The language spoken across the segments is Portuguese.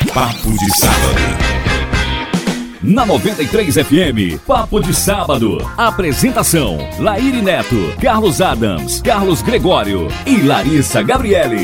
Papo de Sábado. Na 93 FM, Papo de Sábado. Apresentação: Laíri Neto, Carlos Adams, Carlos Gregório e Larissa Gabriele.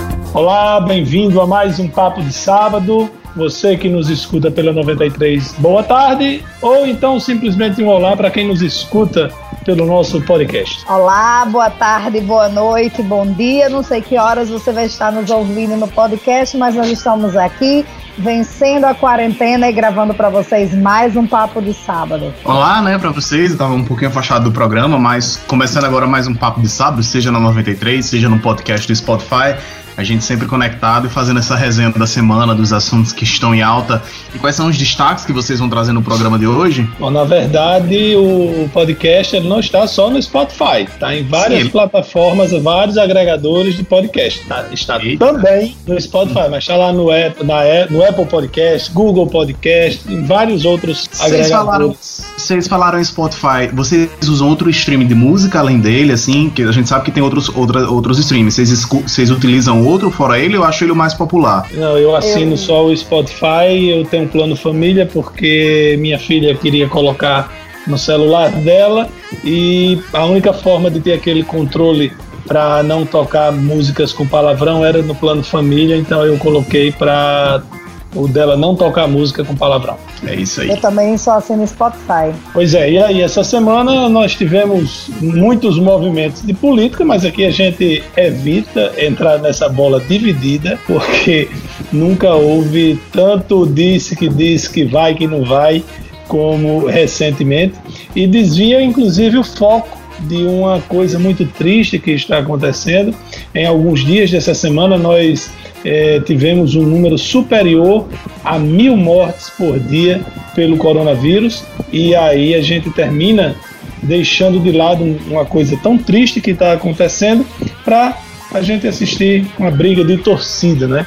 Olá, bem-vindo a mais um Papo de Sábado. Você que nos escuta pela 93, boa tarde. Ou então simplesmente um olá para quem nos escuta pelo nosso podcast. Olá, boa tarde, boa noite, bom dia. Não sei que horas você vai estar nos ouvindo no podcast, mas nós estamos aqui vencendo a quarentena e gravando para vocês mais um Papo de Sábado. Olá, para vocês. Eu estava um pouquinho afastado do programa, mas começando agora mais um Papo de Sábado, seja na 93, seja no podcast do Spotify. A gente sempre conectado e fazendo essa resenha da semana, dos assuntos que estão em alta. E quais são os destaques que vocês vão trazer no programa de hoje? Bom, na verdade, o podcast ele não está só no Spotify. Está em várias plataformas, vários agregadores de podcast. Está também no Spotify, mas está lá no Apple Podcast, Google Podcast, em vários outros agregadores. Vocês falaram em Spotify. Vocês usam outro streaming de música além dele, assim? Que a gente sabe que tem outros streams. Vocês utilizam outro fora ele, eu acho ele o mais popular. Não, eu assino só o Spotify, eu tenho um plano família porque minha filha queria colocar no celular dela e a única forma de ter aquele controle para não tocar músicas com palavrão era no plano família, então eu coloquei para o dela não tocar música com palavrão. É isso aí. Eu também só assino Spotify. Pois é, e aí essa semana nós tivemos muitos movimentos de política, mas aqui a gente evita entrar nessa bola dividida, porque nunca houve tanto disse que vai, que não vai, como recentemente, e desvia inclusive o foco de uma coisa muito triste que está acontecendo. Em alguns dias dessa semana nós tivemos um número superior a 1.000 mortes por dia pelo coronavírus, e aí a gente termina deixando de lado uma coisa tão triste que está acontecendo para a gente assistir uma briga de torcida, né?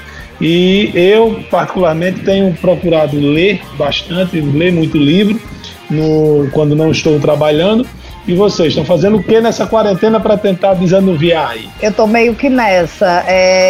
E eu particularmente tenho procurado ler bastante, ler muito livro quando não estou trabalhando. E vocês estão fazendo o que nessa quarentena para tentar desanuviar aí? Eu tô meio que nessa.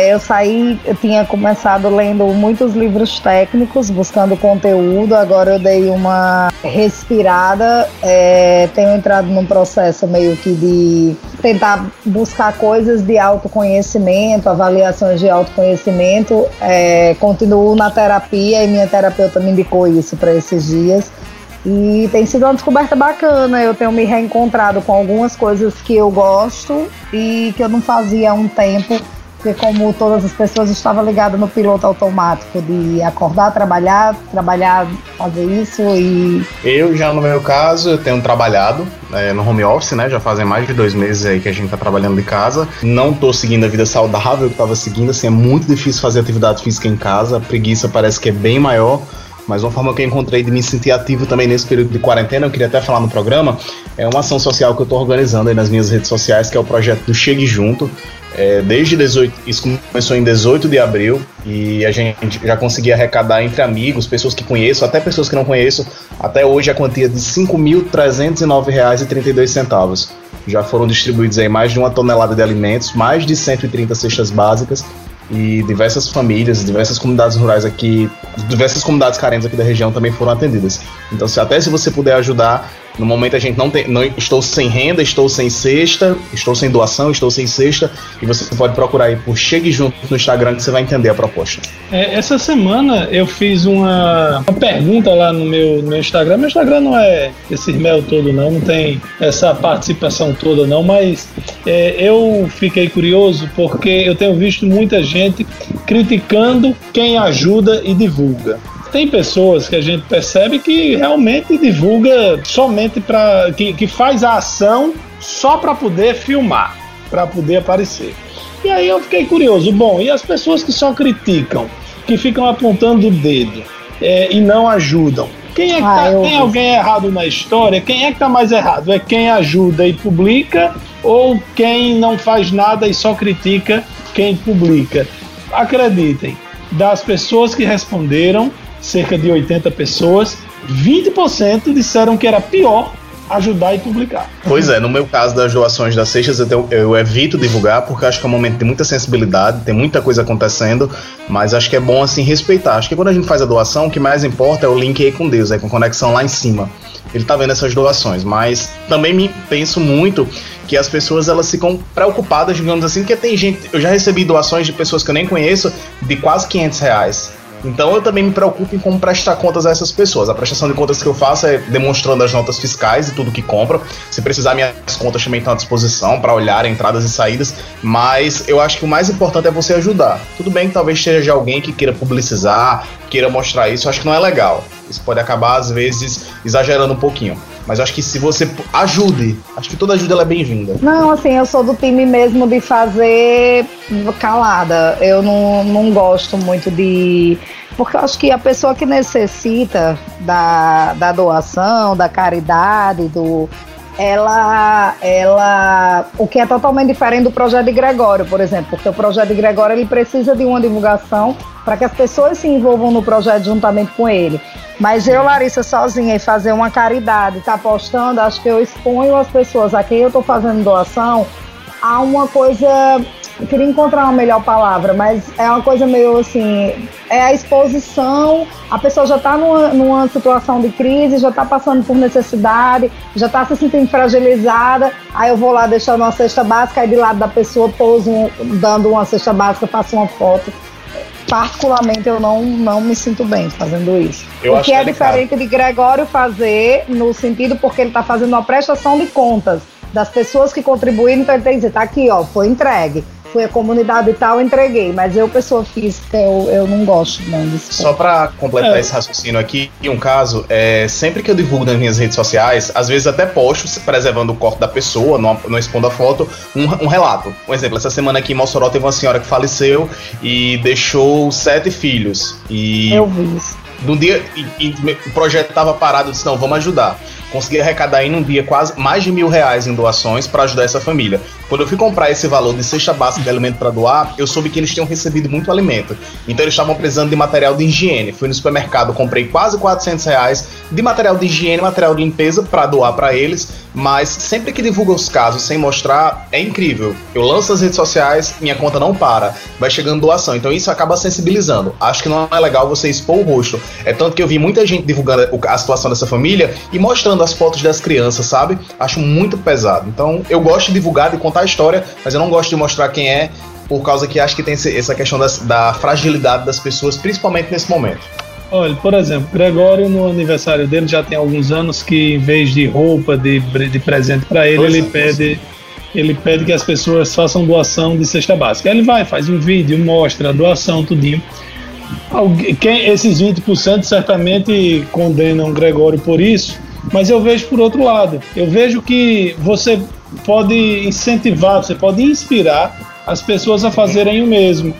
Eu tinha começado lendo muitos livros técnicos, buscando conteúdo. Agora eu dei uma respirada. Tenho entrado num processo meio que de tentar buscar coisas de autoconhecimento, avaliações de autoconhecimento. Continuo na terapia e minha terapeuta me indicou isso para esses dias. E tem sido uma descoberta bacana. Eu tenho me reencontrado com algumas coisas que eu gosto e que eu não fazia há um tempo, porque como todas as pessoas estava ligada no piloto automático de acordar, trabalhar, fazer isso. E eu já no meu caso, eu tenho trabalhado no home office, né? Já fazem mais de 2 meses aí que a gente tá trabalhando de casa. Não tô seguindo a vida saudável que tava seguindo, assim, é muito difícil fazer atividade física em casa. A preguiça parece que é bem maior. Mas uma forma que eu encontrei de me sentir ativo também nesse período de quarentena, eu queria até falar no programa, é uma ação social que eu estou organizando aí nas minhas redes sociais, que é o projeto do Chegue Junto. Isso começou em 18 de abril e a gente já conseguiu arrecadar entre amigos, pessoas que conheço, até pessoas que não conheço, até hoje a quantia de R$ 5.309,32. Já foram distribuídos aí mais de 1 tonelada de alimentos, mais de 130 cestas básicas, e diversas famílias, diversas comunidades rurais aqui, diversas comunidades carentes aqui da região também foram atendidas. Então, se você puder ajudar, no momento a gente não estou sem renda, estou sem cesta, estou sem doação, estou sem cesta, e você pode procurar aí por Chegue Junto no Instagram que você vai entender a proposta. Essa semana eu fiz uma pergunta lá no meu Instagram. Meu Instagram não é esse mel todo não tem essa participação toda não, mas eu fiquei curioso porque eu tenho visto muita gente criticando quem ajuda e divulga. Tem pessoas que a gente percebe que realmente divulga somente que faz a ação só para poder filmar, para poder aparecer. E aí eu fiquei curioso, e as pessoas que só criticam, que ficam apontando o dedo e não ajudam? Quem é que tem alguém errado na história? Quem é que está mais errado? É quem ajuda e publica ou quem não faz nada e só critica quem publica? Acreditem, das pessoas que responderam, cerca de 80 pessoas, 20% disseram que era pior ajudar e publicar. Pois é, no meu caso das doações das cestas, eu evito divulgar, porque acho que é um momento de muita sensibilidade, tem muita coisa acontecendo, mas acho que é bom, assim, respeitar. Acho que quando a gente faz a doação, o que mais importa é o link aí com Deus, com conexão lá em cima. Ele tá vendo essas doações, mas também penso muito que as pessoas, elas ficam preocupadas, digamos assim, porque tem gente, eu já recebi doações de pessoas que eu nem conheço, de quase R$500. Então eu também me preocupo em como prestar contas a essas pessoas. A prestação de contas que eu faço é demonstrando as notas fiscais e tudo que compro. Se precisar, minhas contas também estão à disposição para olhar entradas e saídas. Mas eu acho que o mais importante é você ajudar. Tudo bem que talvez seja alguém que queira publicizar, queira mostrar isso. Eu acho que não é legal. Isso pode acabar, às vezes, exagerando um pouquinho. Mas eu acho que se você ajude, acho que toda ajuda ela é bem-vinda. Não, assim, eu sou do time mesmo de fazer calada. Eu não gosto muito de... Porque eu acho que a pessoa que necessita da doação, da caridade, ela o que é totalmente diferente do projeto de Gregório, por exemplo, porque o projeto de Gregório ele precisa de uma divulgação para que as pessoas se envolvam no projeto juntamente com ele. Mas eu, Larissa, sozinha, e fazer uma caridade, tá postando, acho que eu exponho as pessoas a quem eu tô fazendo doação a uma coisa... Eu queria encontrar uma melhor palavra, mas é uma coisa meio assim, é a exposição, a pessoa já está numa situação de crise, já está passando por necessidade, já está se sentindo fragilizada, aí eu vou lá deixando uma cesta básica, aí de lado da pessoa pouso dando uma cesta básica, faço uma foto. Particularmente eu não me sinto bem fazendo isso. O que é diferente de Gregório fazer, no sentido porque ele está fazendo uma prestação de contas das pessoas que contribuíram, então ele tem que dizer, tá aqui, ó, foi entregue. Fui a comunidade e tal, entreguei. Mas eu, pessoa física, eu não gosto não disso. Só pra completar esse raciocínio aqui, em um caso, sempre que eu divulgo nas minhas redes sociais, às vezes até posto, preservando o corpo da pessoa, não expondo a foto, um relato. Um exemplo, essa semana aqui em Mossoró teve uma senhora que faleceu e deixou 7 filhos. E eu vi isso. No dia, o projeto estava parado, eu disse, não, vamos ajudar. Consegui arrecadar em um dia quase mais de R$1.000 em doações para ajudar essa família. Quando eu fui comprar esse valor de cesta básica de alimento para doar, eu soube que eles tinham recebido muito alimento. Então eles estavam precisando de material de higiene. Fui no supermercado, comprei quase R$400 de material de higiene, material de limpeza para doar para eles. Mas sempre que divulga os casos sem mostrar, é incrível. Eu lanço nas redes sociais, minha conta não para. Vai chegando doação. Então isso acaba sensibilizando. Acho que não é legal você expor o rosto. É tanto que eu vi muita gente divulgando a situação dessa família e mostrando as fotos das crianças, sabe? Acho muito pesado. Então eu gosto de divulgar, de contar a história, mas eu não gosto de mostrar quem é, por causa que acho que tem essa questão da fragilidade das pessoas, principalmente nesse momento. Olha, por exemplo, Gregório, no aniversário dele, já tem alguns anos que, em vez de roupa, de presente para ele, ele pede que as pessoas façam doação de cesta básica. Aí ele vai, faz um vídeo, mostra a doação, tudinho. Esses 20% certamente condenam Gregório por isso, mas eu vejo por outro lado. Eu vejo que você pode incentivar, você pode inspirar as pessoas a fazerem o mesmo.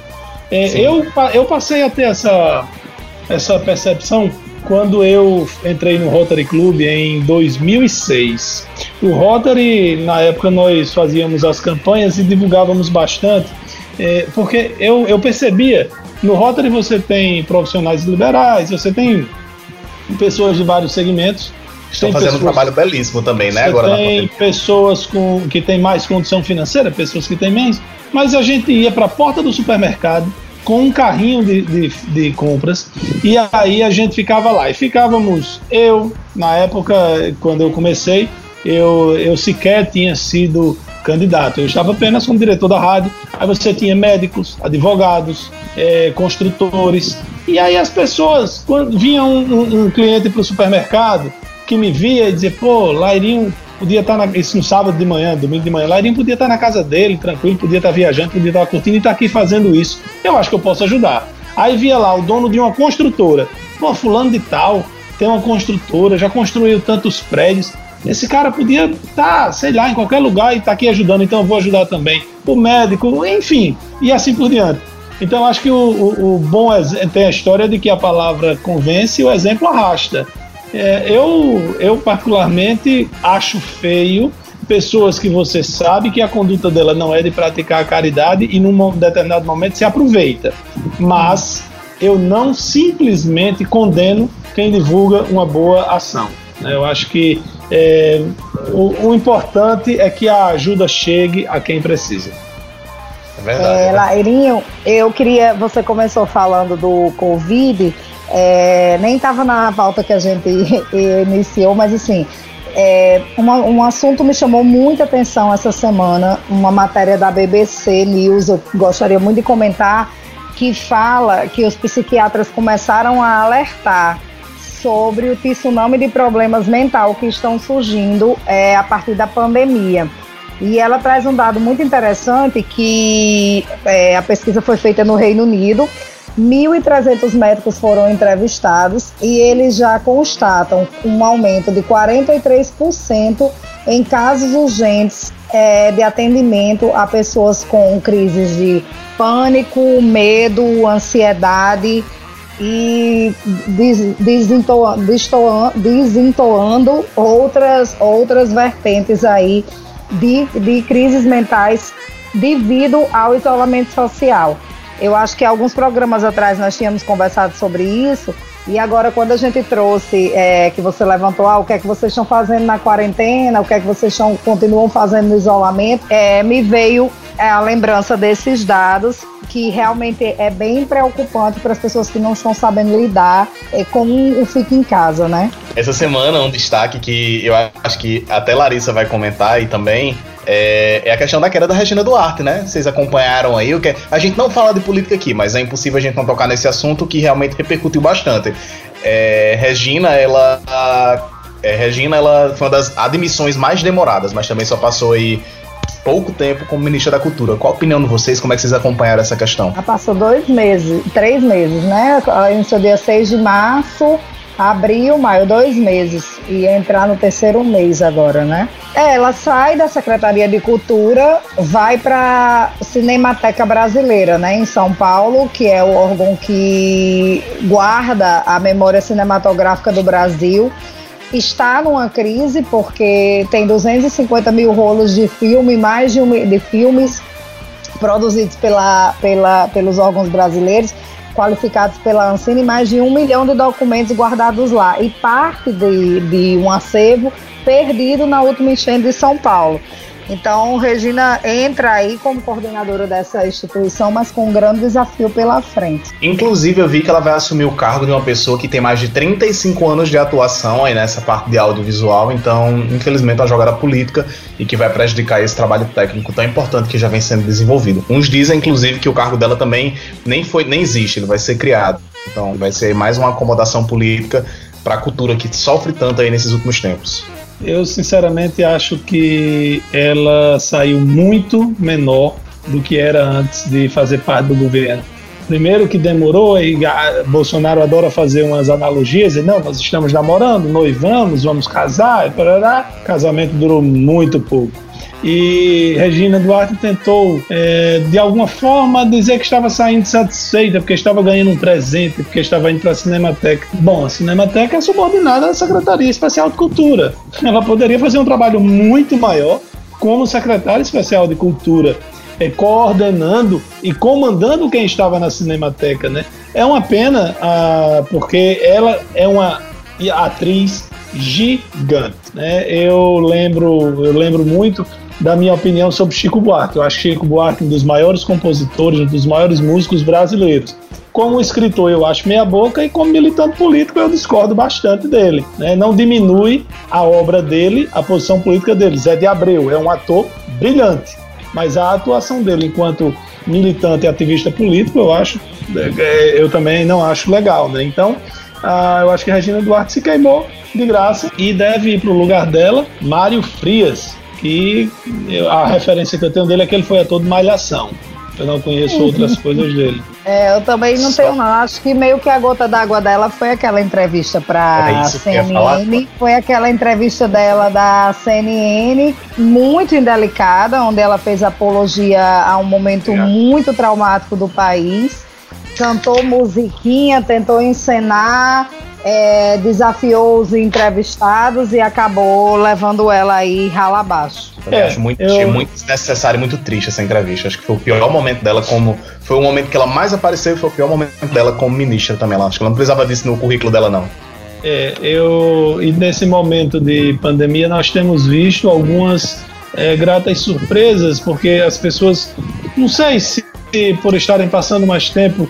Eu passei a ter essa percepção quando eu entrei no Rotary Club em 2006. O Rotary, na época, nós fazíamos as campanhas e divulgávamos bastante, porque eu percebia, no Rotary você tem profissionais liberais, você tem pessoas de vários segmentos. Estão fazendo um trabalho belíssimo também, né? Agora tem pessoas que têm mais condição financeira, pessoas que têm menos, mas a gente ia para a porta do supermercado com um carrinho de compras, e aí a gente ficava lá, e ficávamos, na época, quando eu comecei, eu sequer tinha sido candidato, eu estava apenas como diretor da rádio. Aí você tinha médicos, advogados, construtores, e aí as pessoas, quando vinha um cliente para o supermercado, que me via e dizia, pô, Lairinho podia estar isso no sábado de manhã, domingo de manhã, Lairinho podia estar na casa dele, tranquilo, podia estar viajando, podia estar curtindo e estar aqui fazendo isso. Eu acho que eu posso ajudar. Aí via lá o dono de uma construtora, pô, fulano de tal, tem uma construtora, já construiu tantos prédios, esse cara podia estar, sei lá, em qualquer lugar e estar aqui ajudando, então eu vou ajudar também. O médico, enfim, e assim por diante. Então eu acho que o bom tem a história de que a palavra convence e o exemplo arrasta. Eu particularmente acho feio pessoas que você sabe que a conduta dela não é de praticar a caridade e num determinado momento se aproveita, mas eu não simplesmente condeno quem divulga uma boa ação. Eu acho que O importante é que a ajuda chegue a quem precisa. É verdade. Lairinho, você começou falando do Covid, nem estava na pauta que a gente iniciou, mas assim, um assunto me chamou muita atenção essa semana, uma matéria da BBC News, eu gostaria muito de comentar, que fala que os psiquiatras começaram a alertar sobre o tsunami de problemas mentais que estão surgindo a partir da pandemia. E ela traz um dado muito interessante que a pesquisa foi feita no Reino Unido, 1.300 médicos foram entrevistados e eles já constatam um aumento de 43% em casos urgentes de atendimento a pessoas com crises de pânico, medo, ansiedade e desentoando outras vertentes aí de crises mentais devido ao isolamento social. Eu acho que alguns programas atrás nós tínhamos conversado sobre isso, e agora quando a gente trouxe, que você levantou, o que é que vocês estão fazendo na quarentena, o que é que vocês continuam fazendo no isolamento, me veio a lembrança desses dados, que realmente é bem preocupante para as pessoas que não estão sabendo lidar com o fique em casa, né? Essa semana, um destaque que eu acho que até Larissa vai comentar e também é a questão da queda da Regina Duarte, né? Vocês acompanharam aí, a gente não fala de política aqui, mas é impossível a gente não tocar nesse assunto que realmente repercutiu bastante. Regina, ela foi uma das admissões mais demoradas, mas também só passou aí pouco tempo como ministra da Cultura. Qual a opinião de vocês? Como é que vocês acompanharam essa questão? Ela passou 3 meses, né? Ela iniciou dia 6 de março, abril, maio, 2 meses. E ia entrar no 3º mês agora, né? Ela sai da Secretaria de Cultura, vai para a Cinemateca Brasileira, né? Em São Paulo, que é o órgão que guarda a memória cinematográfica do Brasil. Está numa crise porque tem 250 mil rolos de filme, mais de filmes produzidos pelos órgãos brasileiros, qualificados pela Ancine, e mais de 1 milhão de documentos guardados lá. E parte de um acervo perdido na última enchente de São Paulo. Então, Regina entra aí como coordenadora dessa instituição, mas com um grande desafio pela frente. Inclusive, eu vi que ela vai assumir o cargo de uma pessoa que tem mais de 35 anos de atuação aí nessa parte de audiovisual, então, infelizmente, é uma jogada política e que vai prejudicar esse trabalho técnico tão importante que já vem sendo desenvolvido. Uns dizem, inclusive, que o cargo dela também nem existe, ele vai ser criado. Então, vai ser mais uma acomodação política para a cultura que sofre tanto aí nesses últimos tempos. Eu, sinceramente, acho que ela saiu muito menor do que era antes de fazer parte do governo. Primeiro que demorou, e Bolsonaro adora fazer umas analogias, e não, nós estamos namorando, noivamos, vamos casar, e parará. Casamento durou muito pouco. E Regina Duarte tentou, de alguma forma, dizer que estava saindo satisfeita, porque estava ganhando um presente, porque estava indo para a Cinemateca. Bom, a Cinemateca é subordinada à Secretaria Especial de Cultura. Ela poderia fazer um trabalho muito maior como secretária especial de Cultura, coordenando e comandando quem estava na Cinemateca, né? É uma pena, porque ela é uma atriz gigante, né? Eu lembro muito da minha opinião sobre Chico Buarque. Eu acho Chico Buarque um dos maiores compositores, um dos maiores músicos brasileiros. Como escritor eu acho meia boca, e como militante político eu discordo bastante dele, né? Não diminui a obra dele, a posição política dele. Zé de Abreu é um ator brilhante, mas a atuação dele enquanto militante e ativista político eu também não acho legal, né? Então eu acho que a Regina Duarte se queimou de graça e deve ir para o lugar dela Mário Frias, que a referência que eu tenho dele é que ele foi ator de Malhação. Eu não conheço outras coisas dele. Eu também não tenho, não. Acho que meio que a gota d'água dela foi aquela entrevista para CNN. Foi aquela entrevista dela da CNN, muito indelicada, onde ela fez apologia a um momento muito traumático do país. Cantou musiquinha, tentou encenar, desafiou os entrevistados e acabou levando ela aí rala abaixo. Achei muito desnecessário e muito triste essa entrevista. Acho que foi o pior momento dela foi o momento que ela mais apareceu e foi o pior momento dela como ministra também. Acho que ela não precisava disso no currículo dela, não. E nesse momento de pandemia nós temos visto algumas gratas surpresas, porque as pessoas, não sei se por estarem passando mais tempo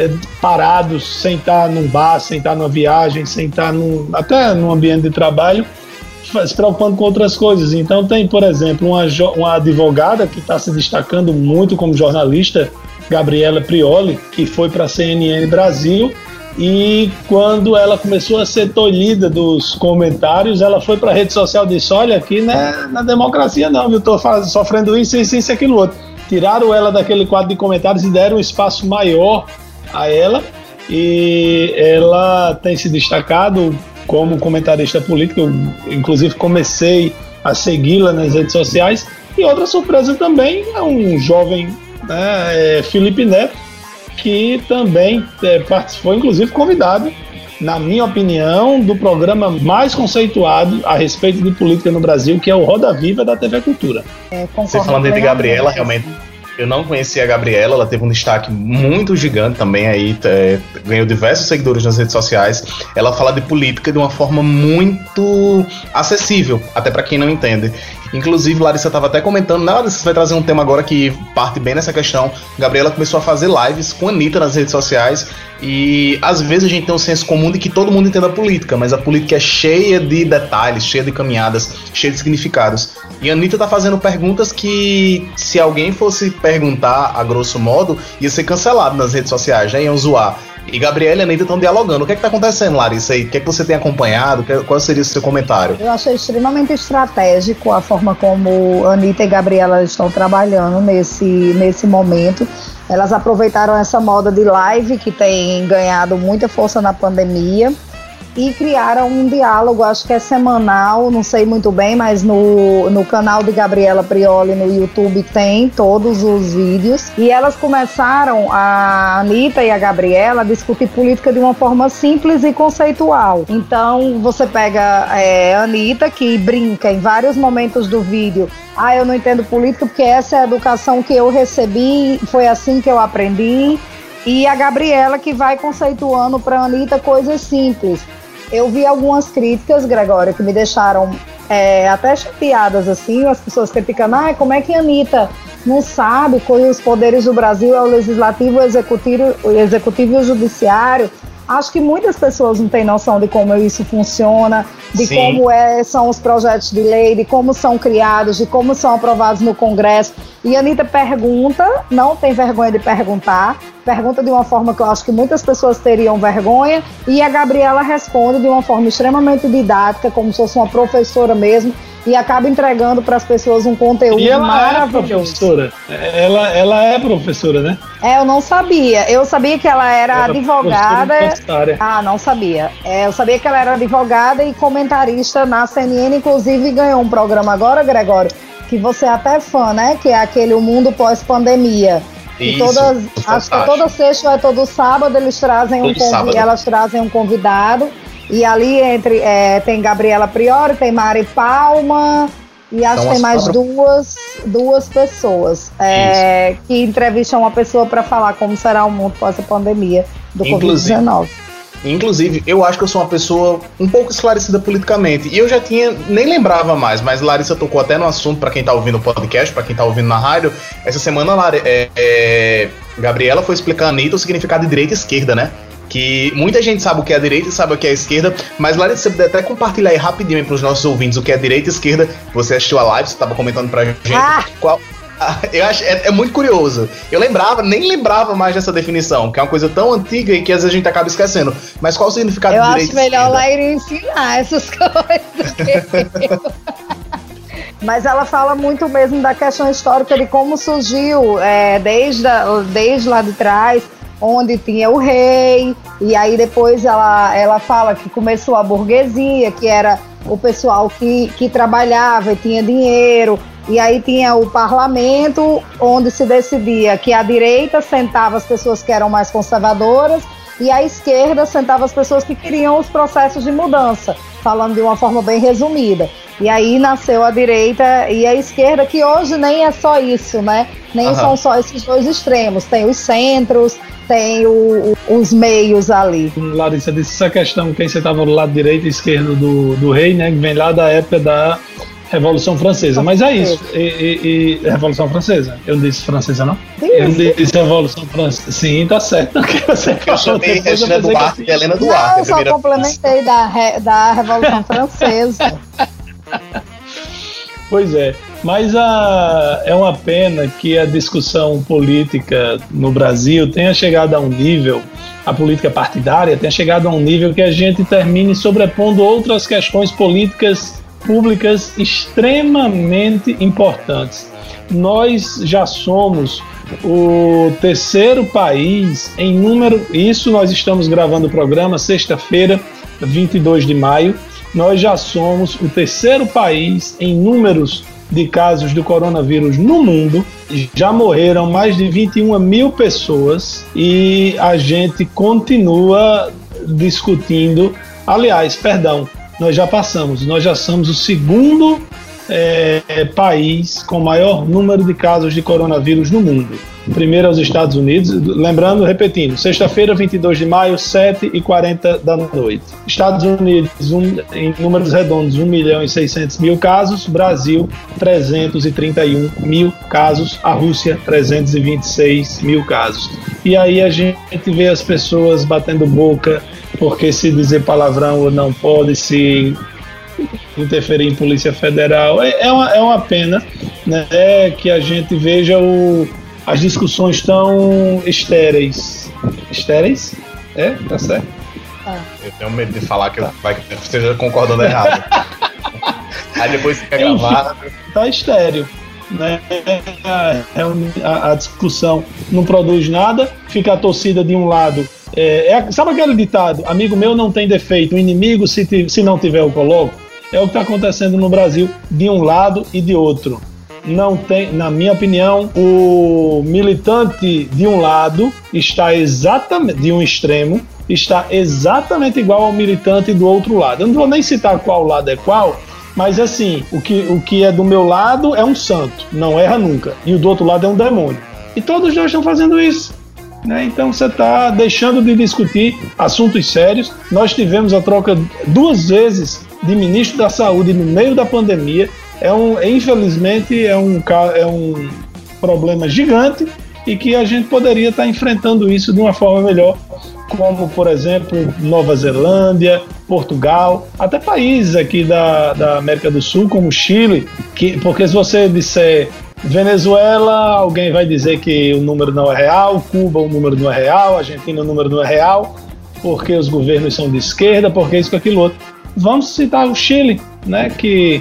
parados, sem estar num bar, sem estar numa viagem, sem estar até num ambiente de trabalho, se preocupando com outras coisas. Então tem, por exemplo, uma advogada que está se destacando muito como jornalista, Gabriela Prioli, que foi para a CNN Brasil, e quando ela começou a ser tolhida dos comentários, ela foi para a rede social e disse: olha, aqui não é na democracia não, eu estou sofrendo isso, isso e aquilo outro. Tiraram ela daquele quadro de comentários e deram um espaço maior a ela, e ela tem se destacado como comentarista política. Eu, inclusive, comecei a segui-la nas redes sociais. E outra surpresa também é um jovem, Felipe Neto, que também foi, inclusive, convidado, na minha opinião, do programa mais conceituado a respeito de política no Brasil, que é o Roda Viva da TV Cultura. Você falando de Gabriela, realmente, eu não conhecia a Gabriela, ela teve um destaque muito gigante também aí, ganhou diversos seguidores nas redes sociais. Ela fala de política de uma forma muito acessível, até para quem não entende. Inclusive, Larissa estava até comentando, Larissa, você vai trazer um tema agora que parte bem nessa questão. Gabriela começou a fazer lives com a Anitta nas redes sociais, e às vezes a gente tem um senso comum de que todo mundo entende a política, mas a política é cheia de detalhes, cheia de caminhadas, cheia de significados. E a Anitta tá fazendo perguntas que, se alguém fosse perguntar a grosso modo, ia ser cancelado nas redes sociais, né? Iam zoar. E Gabriela e a Anitta estão dialogando. O que é que tá acontecendo, Larissa? E o que é que você tem acompanhado? Qual seria o seu comentário? Eu achei extremamente estratégico a forma como a Anitta e Gabriela estão trabalhando nesse momento. Elas aproveitaram essa moda de live que tem ganhado muita força na pandemia e criaram um diálogo, acho que é semanal, não sei muito bem, mas no canal de Gabriela Prioli no YouTube tem todos os vídeos. E elas começaram, a Anitta e a Gabriela, a discutir política de uma forma simples e conceitual. Então você pega a Anitta, que brinca em vários momentos do vídeo: eu não entendo política porque essa é a educação que eu recebi, foi assim que eu aprendi. E a Gabriela, que vai conceituando para a Anitta coisas simples. Eu vi algumas críticas, Gregório, que me deixaram até chateadas, assim, as pessoas criticando: como é que a Anitta não sabe que os poderes do Brasil é o legislativo, o executivo e o judiciário? Acho que muitas pessoas não têm noção de como isso funciona, de Sim. como são os projetos de lei, de como são criados, de como são aprovados no Congresso. E a Anitta pergunta, não tem vergonha de perguntar, pergunta de uma forma que eu acho que muitas pessoas teriam vergonha, e a Gabriela responde de uma forma extremamente didática, como se fosse uma professora mesmo, e acaba entregando para as pessoas um conteúdo maravilhoso. Ela é professora, né? Eu não sabia. Eu sabia que ela era advogada. Não sabia. Eu sabia que ela era advogada e comentarista na CNN, inclusive ganhou um programa agora, Gregório, que você é até fã, né? Que é aquele O Mundo Pós-Pandemia. E acho que toda sexta ou todo sábado eles trazem elas trazem um convidado. E ali tem Gabriela Prioli, tem Mari Palma e acho que tem mais duas pessoas que entrevistam uma pessoa para falar como será o mundo pós a pandemia do Covid-19. Inclusive, eu acho que eu sou uma pessoa um pouco esclarecida politicamente. E eu já nem lembrava mais, mas Larissa tocou até no assunto, para quem tá ouvindo o podcast, para quem tá ouvindo na rádio. Essa semana, Gabriela foi explicar a Anitta o significado de direita e esquerda, né? Que muita gente sabe o que é a direita e sabe o que é a esquerda, mas Larissa, você puder até compartilhar aí rapidinho para os nossos ouvintes o que é direita e esquerda. Você assistiu a live, você estava comentando pra gente. Eu acho é muito curioso. Eu nem lembrava mais dessa definição, que é uma coisa tão antiga e que às vezes a gente acaba esquecendo. Mas qual o significado de direita e esquerda? Eu acho melhor Laíra ensinar essas coisas. Mas ela fala muito mesmo da questão histórica de como surgiu desde lá de trás, onde tinha o rei, e aí depois ela fala que começou a burguesia, que era o pessoal que trabalhava e tinha dinheiro, e aí tinha o parlamento, onde se decidia que a direita sentava as pessoas que eram mais conservadoras e a esquerda sentava as pessoas que queriam os processos de mudança, falando de uma forma bem resumida. E aí nasceu a direita e a esquerda, que hoje nem é só isso, né? Nem são só esses dois extremos. Tem os centros, tem os meios ali. Larissa disse essa questão, quem você estava do lado direito e esquerdo do rei, né, que vem lá da época da Revolução Francesa. Mas é isso. E Revolução Francesa. Eu não disse francesa, não? Sim, eu não disse Revolução Francesa. Sim, tá certo. Eu chamei Regina Duarte e Helena Duarte. Não, eu só complementei da Revolução Francesa. Pois é. Mas é uma pena que a discussão política no Brasil tenha chegado a um nível, a política partidária tenha chegado a um nível que a gente termine sobrepondo outras questões políticas públicas extremamente importantes. Nós já somos o terceiro país em número, isso nós estamos gravando o programa sexta-feira, 22 de maio, nós já somos o terceiro país em números de casos do coronavírus no mundo, já morreram mais de 21 mil pessoas e a gente continua discutindo, nós já somos o segundo país com maior número de casos de coronavírus no mundo. Primeiro aos Estados Unidos, lembrando, repetindo, sexta-feira, 22 de maio, 7h40 da noite. Estados Unidos, em números redondos, 1.600.000 casos, Brasil, 331 mil casos, a Rússia, 326 mil casos. E aí a gente vê as pessoas batendo boca, porque se dizer palavrão ou não pode se interferir em Polícia Federal. É uma pena, né, que a gente veja as discussões tão estéreis. Estéreis? Tá certo? Eu tenho medo de falar que eu esteja concordando errado. Aí depois fica gravado. Tá estéreo, né? A discussão não produz nada, fica a torcida de um lado. Sabe aquele ditado? Amigo meu não tem defeito, o inimigo, se não tiver, eu coloco. É o que está acontecendo no Brasil, de um lado e de outro. Não tem, na minha opinião, o militante de um lado está exatamente, de um extremo, está exatamente igual ao militante do outro lado. Eu não vou nem citar qual lado é qual, mas assim, o que é do meu lado é um santo, não erra nunca, e o do outro lado é um demônio. E todos nós estão fazendo isso. Né? Então você está deixando de discutir assuntos sérios. Nós tivemos a troca 2 vezes de ministro da Saúde no meio da pandemia. Infelizmente é um problema gigante e que a gente poderia estar enfrentando isso de uma forma melhor, como por exemplo Nova Zelândia, Portugal, até países aqui da América do Sul como Chile, porque se você disser Venezuela, alguém vai dizer que o número não é real, Cuba o número não é real, Argentina o número não é real, porque os governos são de esquerda, porque isso, aquilo outro. Vamos citar o Chile, né, que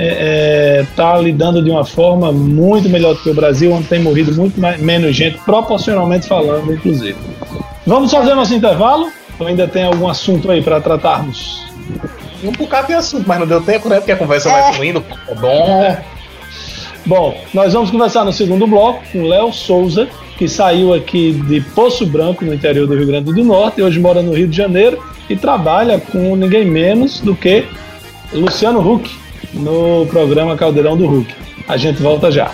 está lidando de uma forma muito melhor do que o Brasil, onde tem morrido muito menos gente, proporcionalmente falando, inclusive. Vamos fazer nosso intervalo? Ou ainda tem algum assunto aí para tratarmos? Um bocado de assunto, mas não deu tempo, né? Porque a conversa vai fluindo. Tá bom. Bom, nós vamos conversar no segundo bloco com Léo Souza, que saiu aqui de Poço Branco, no interior do Rio Grande do Norte, e hoje mora no Rio de Janeiro e trabalha com ninguém menos do que Luciano Huck, no programa Caldeirão do Huck. A gente volta já.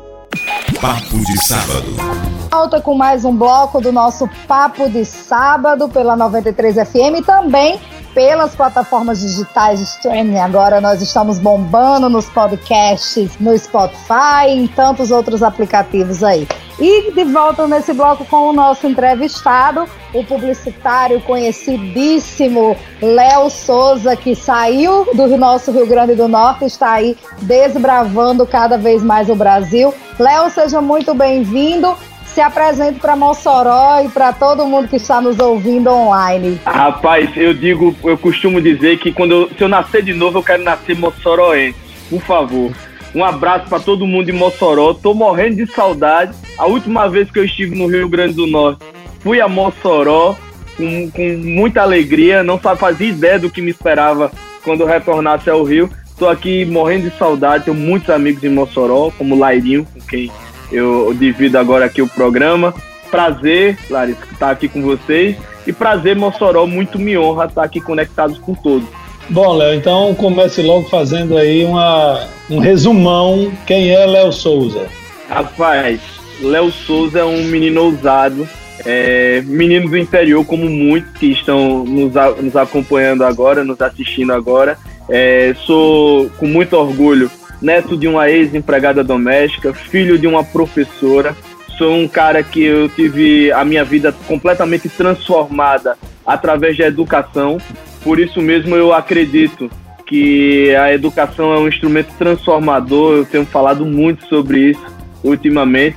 Papo de Sábado. Volta com mais um bloco do nosso Papo de Sábado pela 93 FM e também pelas plataformas digitais de streaming. Agora nós estamos bombando nos podcasts, no Spotify e em tantos outros aplicativos aí. E de volta nesse bloco com o nosso entrevistado, o publicitário conhecidíssimo Léo Souza, que saiu do nosso Rio Grande do Norte e está aí desbravando cada vez mais o Brasil. Léo, seja muito bem-vindo. Se apresente para Mossoró e para todo mundo que está nos ouvindo online. Rapaz, eu costumo dizer que se eu nascer de novo, eu quero nascer moçoroense, por favor. Um abraço para todo mundo de Mossoró, tô morrendo de saudade. A última vez que eu estive no Rio Grande do Norte, fui a Mossoró com muita alegria, não fazia ideia do que me esperava quando eu retornasse ao Rio. Tô aqui morrendo de saudade, tenho muitos amigos em Mossoró, como o Lairinho, com quem eu divido agora aqui o programa. Prazer, Larissa, estar aqui com vocês. E prazer, Mossoró, muito me honra estar aqui conectados com todos. Bom, Léo, então comece logo fazendo aí um resumão. Quem é Léo Souza? Rapaz, Léo Souza é um menino ousado, menino do interior, como muitos que estão nos acompanhando agora, nos assistindo agora. Sou, com muito orgulho, neto de uma ex-empregada doméstica, filho de uma professora. Sou um cara que eu tive a minha vida completamente transformada através da educação. Por isso mesmo eu acredito que a educação é um instrumento transformador. Eu tenho falado muito sobre isso ultimamente.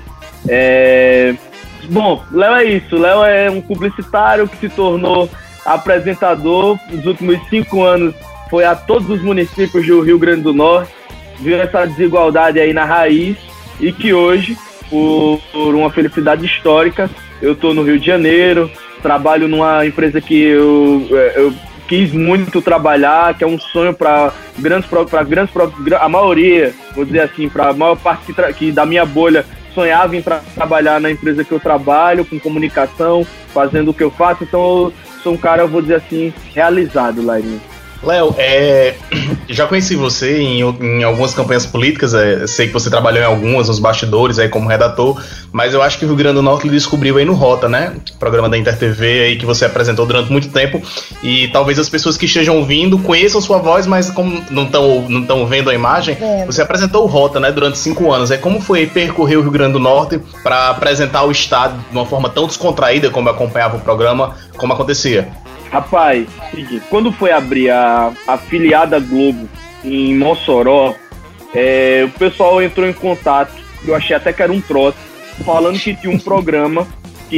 Bom, Léo é isso. Léo é um publicitário que se tornou apresentador. Nos últimos 5 anos foi a todos os municípios do Rio Grande do Norte. Viu essa desigualdade aí na raiz e que hoje, por uma felicidade histórica, eu estou no Rio de Janeiro, trabalho numa empresa que eu quis muito trabalhar, que é um sonho para a maioria, vou dizer assim, para a maior parte que da minha bolha sonhava em trabalhar na empresa que eu trabalho, com comunicação, fazendo o que eu faço. Então eu sou um cara, vou dizer assim, realizado, Lairinho. Léo, já conheci você em algumas campanhas políticas, sei que você trabalhou em algumas, nos bastidores aí como redator, mas eu acho que o Rio Grande do Norte descobriu aí no Rota, né? Programa da InterTV aí que você apresentou durante muito tempo, e talvez as pessoas que estejam ouvindo conheçam sua voz, mas como não estão vendo a imagem, você apresentou o Rota, né, durante 5 anos. Como foi percorrer o Rio Grande do Norte para apresentar o estado de uma forma tão descontraída como acompanhava o programa, como acontecia? Rapaz, quando foi abrir a afiliada Globo em Mossoró, o pessoal entrou em contato, eu achei até que era um troço, falando que tinha um programa que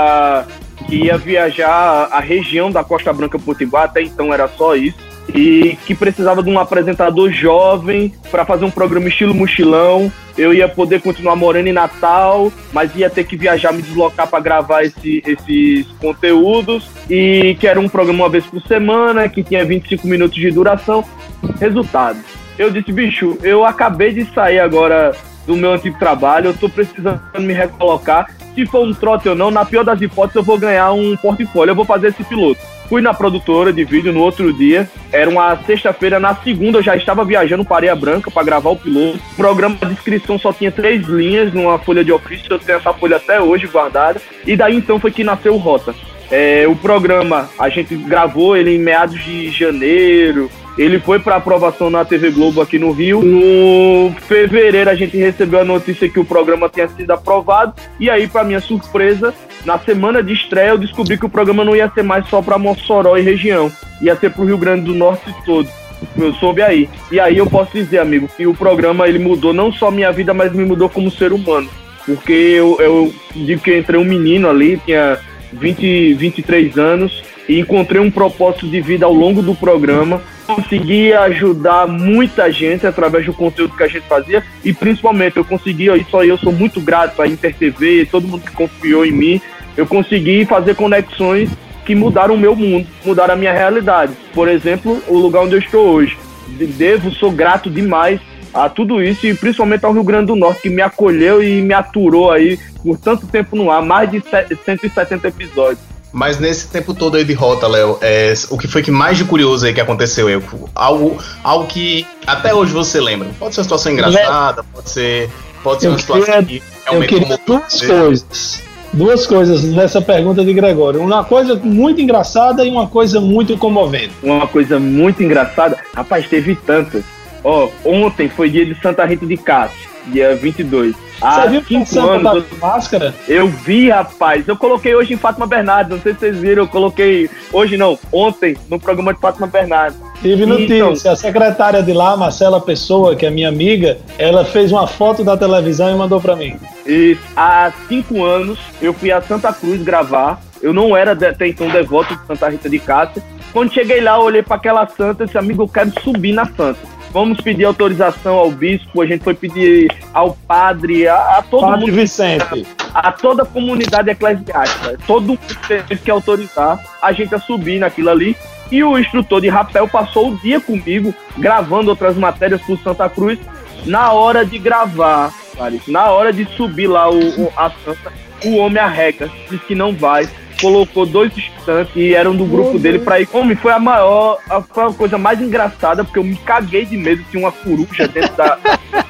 ia viajar a região da Costa Branca Potiguar, até então era só isso, e que precisava de um apresentador jovem para fazer um programa estilo mochilão. Eu ia poder continuar morando em Natal, mas ia ter que viajar, me deslocar para gravar esses conteúdos, e que era um programa uma vez por semana, que tinha 25 minutos de duração. Resultado, eu disse, bicho, eu acabei de sair agora do meu antigo trabalho, eu tô precisando me recolocar. Se for um trote ou não, na pior das hipóteses eu vou ganhar um portfólio, eu vou fazer esse piloto. Fui na produtora de vídeo no outro dia, era uma sexta-feira, na segunda eu já estava viajando para Areia Branca para gravar o piloto. O programa de inscrição só tinha 3 linhas numa folha de ofício, eu tenho essa folha até hoje guardada, e daí então foi que nasceu o Rota. O programa, a gente gravou ele em meados de janeiro, ele foi para aprovação na TV Globo aqui no Rio. No fevereiro a gente recebeu a notícia que o programa tinha sido aprovado, e aí, para minha surpresa, na semana de estreia eu descobri que o programa não ia ser mais só para Mossoró e região, ia ser para o Rio Grande do Norte todo. Eu soube aí. E aí eu posso dizer, amigo, que o programa ele mudou não só minha vida, mas me mudou como ser humano. Porque eu digo que eu entrei um menino ali, tinha 23 anos, e encontrei um propósito de vida ao longo do programa. Consegui ajudar muita gente através do conteúdo que a gente fazia, e principalmente eu consegui, eu sou muito grato à InterTV, todo mundo que confiou em mim. Eu consegui fazer conexões que mudaram o meu mundo, mudaram a minha realidade. Por exemplo, o lugar onde eu estou hoje. Sou grato demais a tudo isso, e principalmente ao Rio Grande do Norte, que me acolheu e me aturou aí por tanto tempo no ar, mais de 170 episódios. Mas nesse tempo todo aí de Rota, Léo, o que foi que mais de curioso aí que aconteceu? Algo que até hoje você lembra? Pode ser uma situação engraçada, pode ser uma situação que realmente... Eu queria duas coisas nessa pergunta de Gregório. Uma coisa muito engraçada e uma coisa muito comovente. Uma coisa muito engraçada? Rapaz, teve tantas. Ontem foi dia de Santa Rita de Cássia, dia 22. Você viu que o Santa tá de máscara? Eu vi, rapaz. Eu coloquei hoje em Fátima Bernardes. Não sei se vocês viram. Eu coloquei ontem, no programa de Fátima Bernardes. Tive notícia. A secretária de lá, Marcela Pessoa, que é minha amiga, ela fez uma foto da televisão e mandou pra mim. Isso. Há 5 anos eu fui a Santa Cruz gravar. Eu não era até então devoto de Santa Rita de Cássia. Quando cheguei lá, eu olhei pra aquela santa e disse, amigo, eu quero subir na santa. Vamos pedir autorização ao bispo, a gente foi pedir ao padre, a todo padre mundo. Vicente. A toda a comunidade eclesiástica. Todo mundo teve que autorizar a gente a subir naquilo ali. E o instrutor de rapel passou o dia comigo, gravando outras matérias por Santa Cruz. Na hora de gravar, na hora de subir lá a santa, o homem arrega, diz que não vai. colocou 2 estudantes que eram do grupo dele pra ir. Homem, foi foi a coisa mais engraçada, porque eu me caguei de medo. Tinha uma coruja dentro da...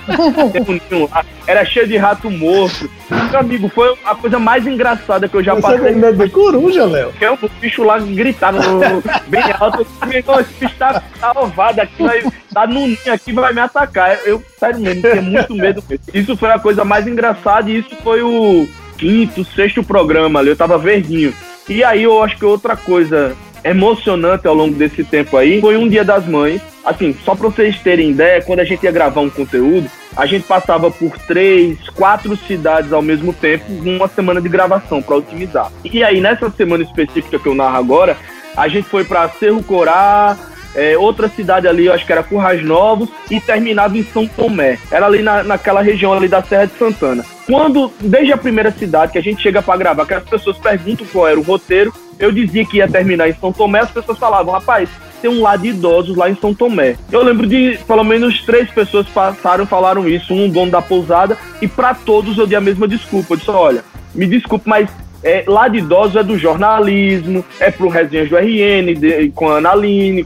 Era cheio de rato morto. Meu amigo, foi a coisa mais engraçada que eu já passei. Você tem medo de coruja, Léo? Porque o bicho lá gritava bem alto. Esse bicho tá ovado aqui, tá no ninho aqui, vai me atacar. Eu, sério mesmo, tinha muito medo mesmo. Isso foi a coisa mais engraçada e isso foi o 5º, 6º programa ali. Eu tava verdinho. E aí eu acho que outra coisa emocionante ao longo desse tempo aí foi um Dia das Mães. Assim, só pra vocês terem ideia, quando a gente ia gravar um conteúdo, a gente passava por 3, 4 cidades ao mesmo tempo, uma semana de gravação pra otimizar. E aí, nessa semana específica que eu narro agora, a gente foi pra Cerro Corá, outra cidade ali, eu acho que era Currais Novos, e terminava em São Tomé. Era ali naquela região ali da Serra de Santana. Desde a primeira cidade que a gente chega pra gravar, que as pessoas perguntam qual era o roteiro, eu dizia que ia terminar em São Tomé, as pessoas falavam, rapaz, tem um lar de idosos lá em São Tomé. Eu lembro de pelo menos 3 pessoas falaram isso, um dono da pousada, e pra todos eu dei a mesma desculpa. Eu disse, olha, me desculpe, mas lá de idosos é do jornalismo, é pro Resenhas do RN, com a Ana Aline,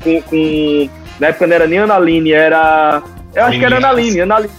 na época não era nem Ana Aline, era... Eu acho que era Ana Aline.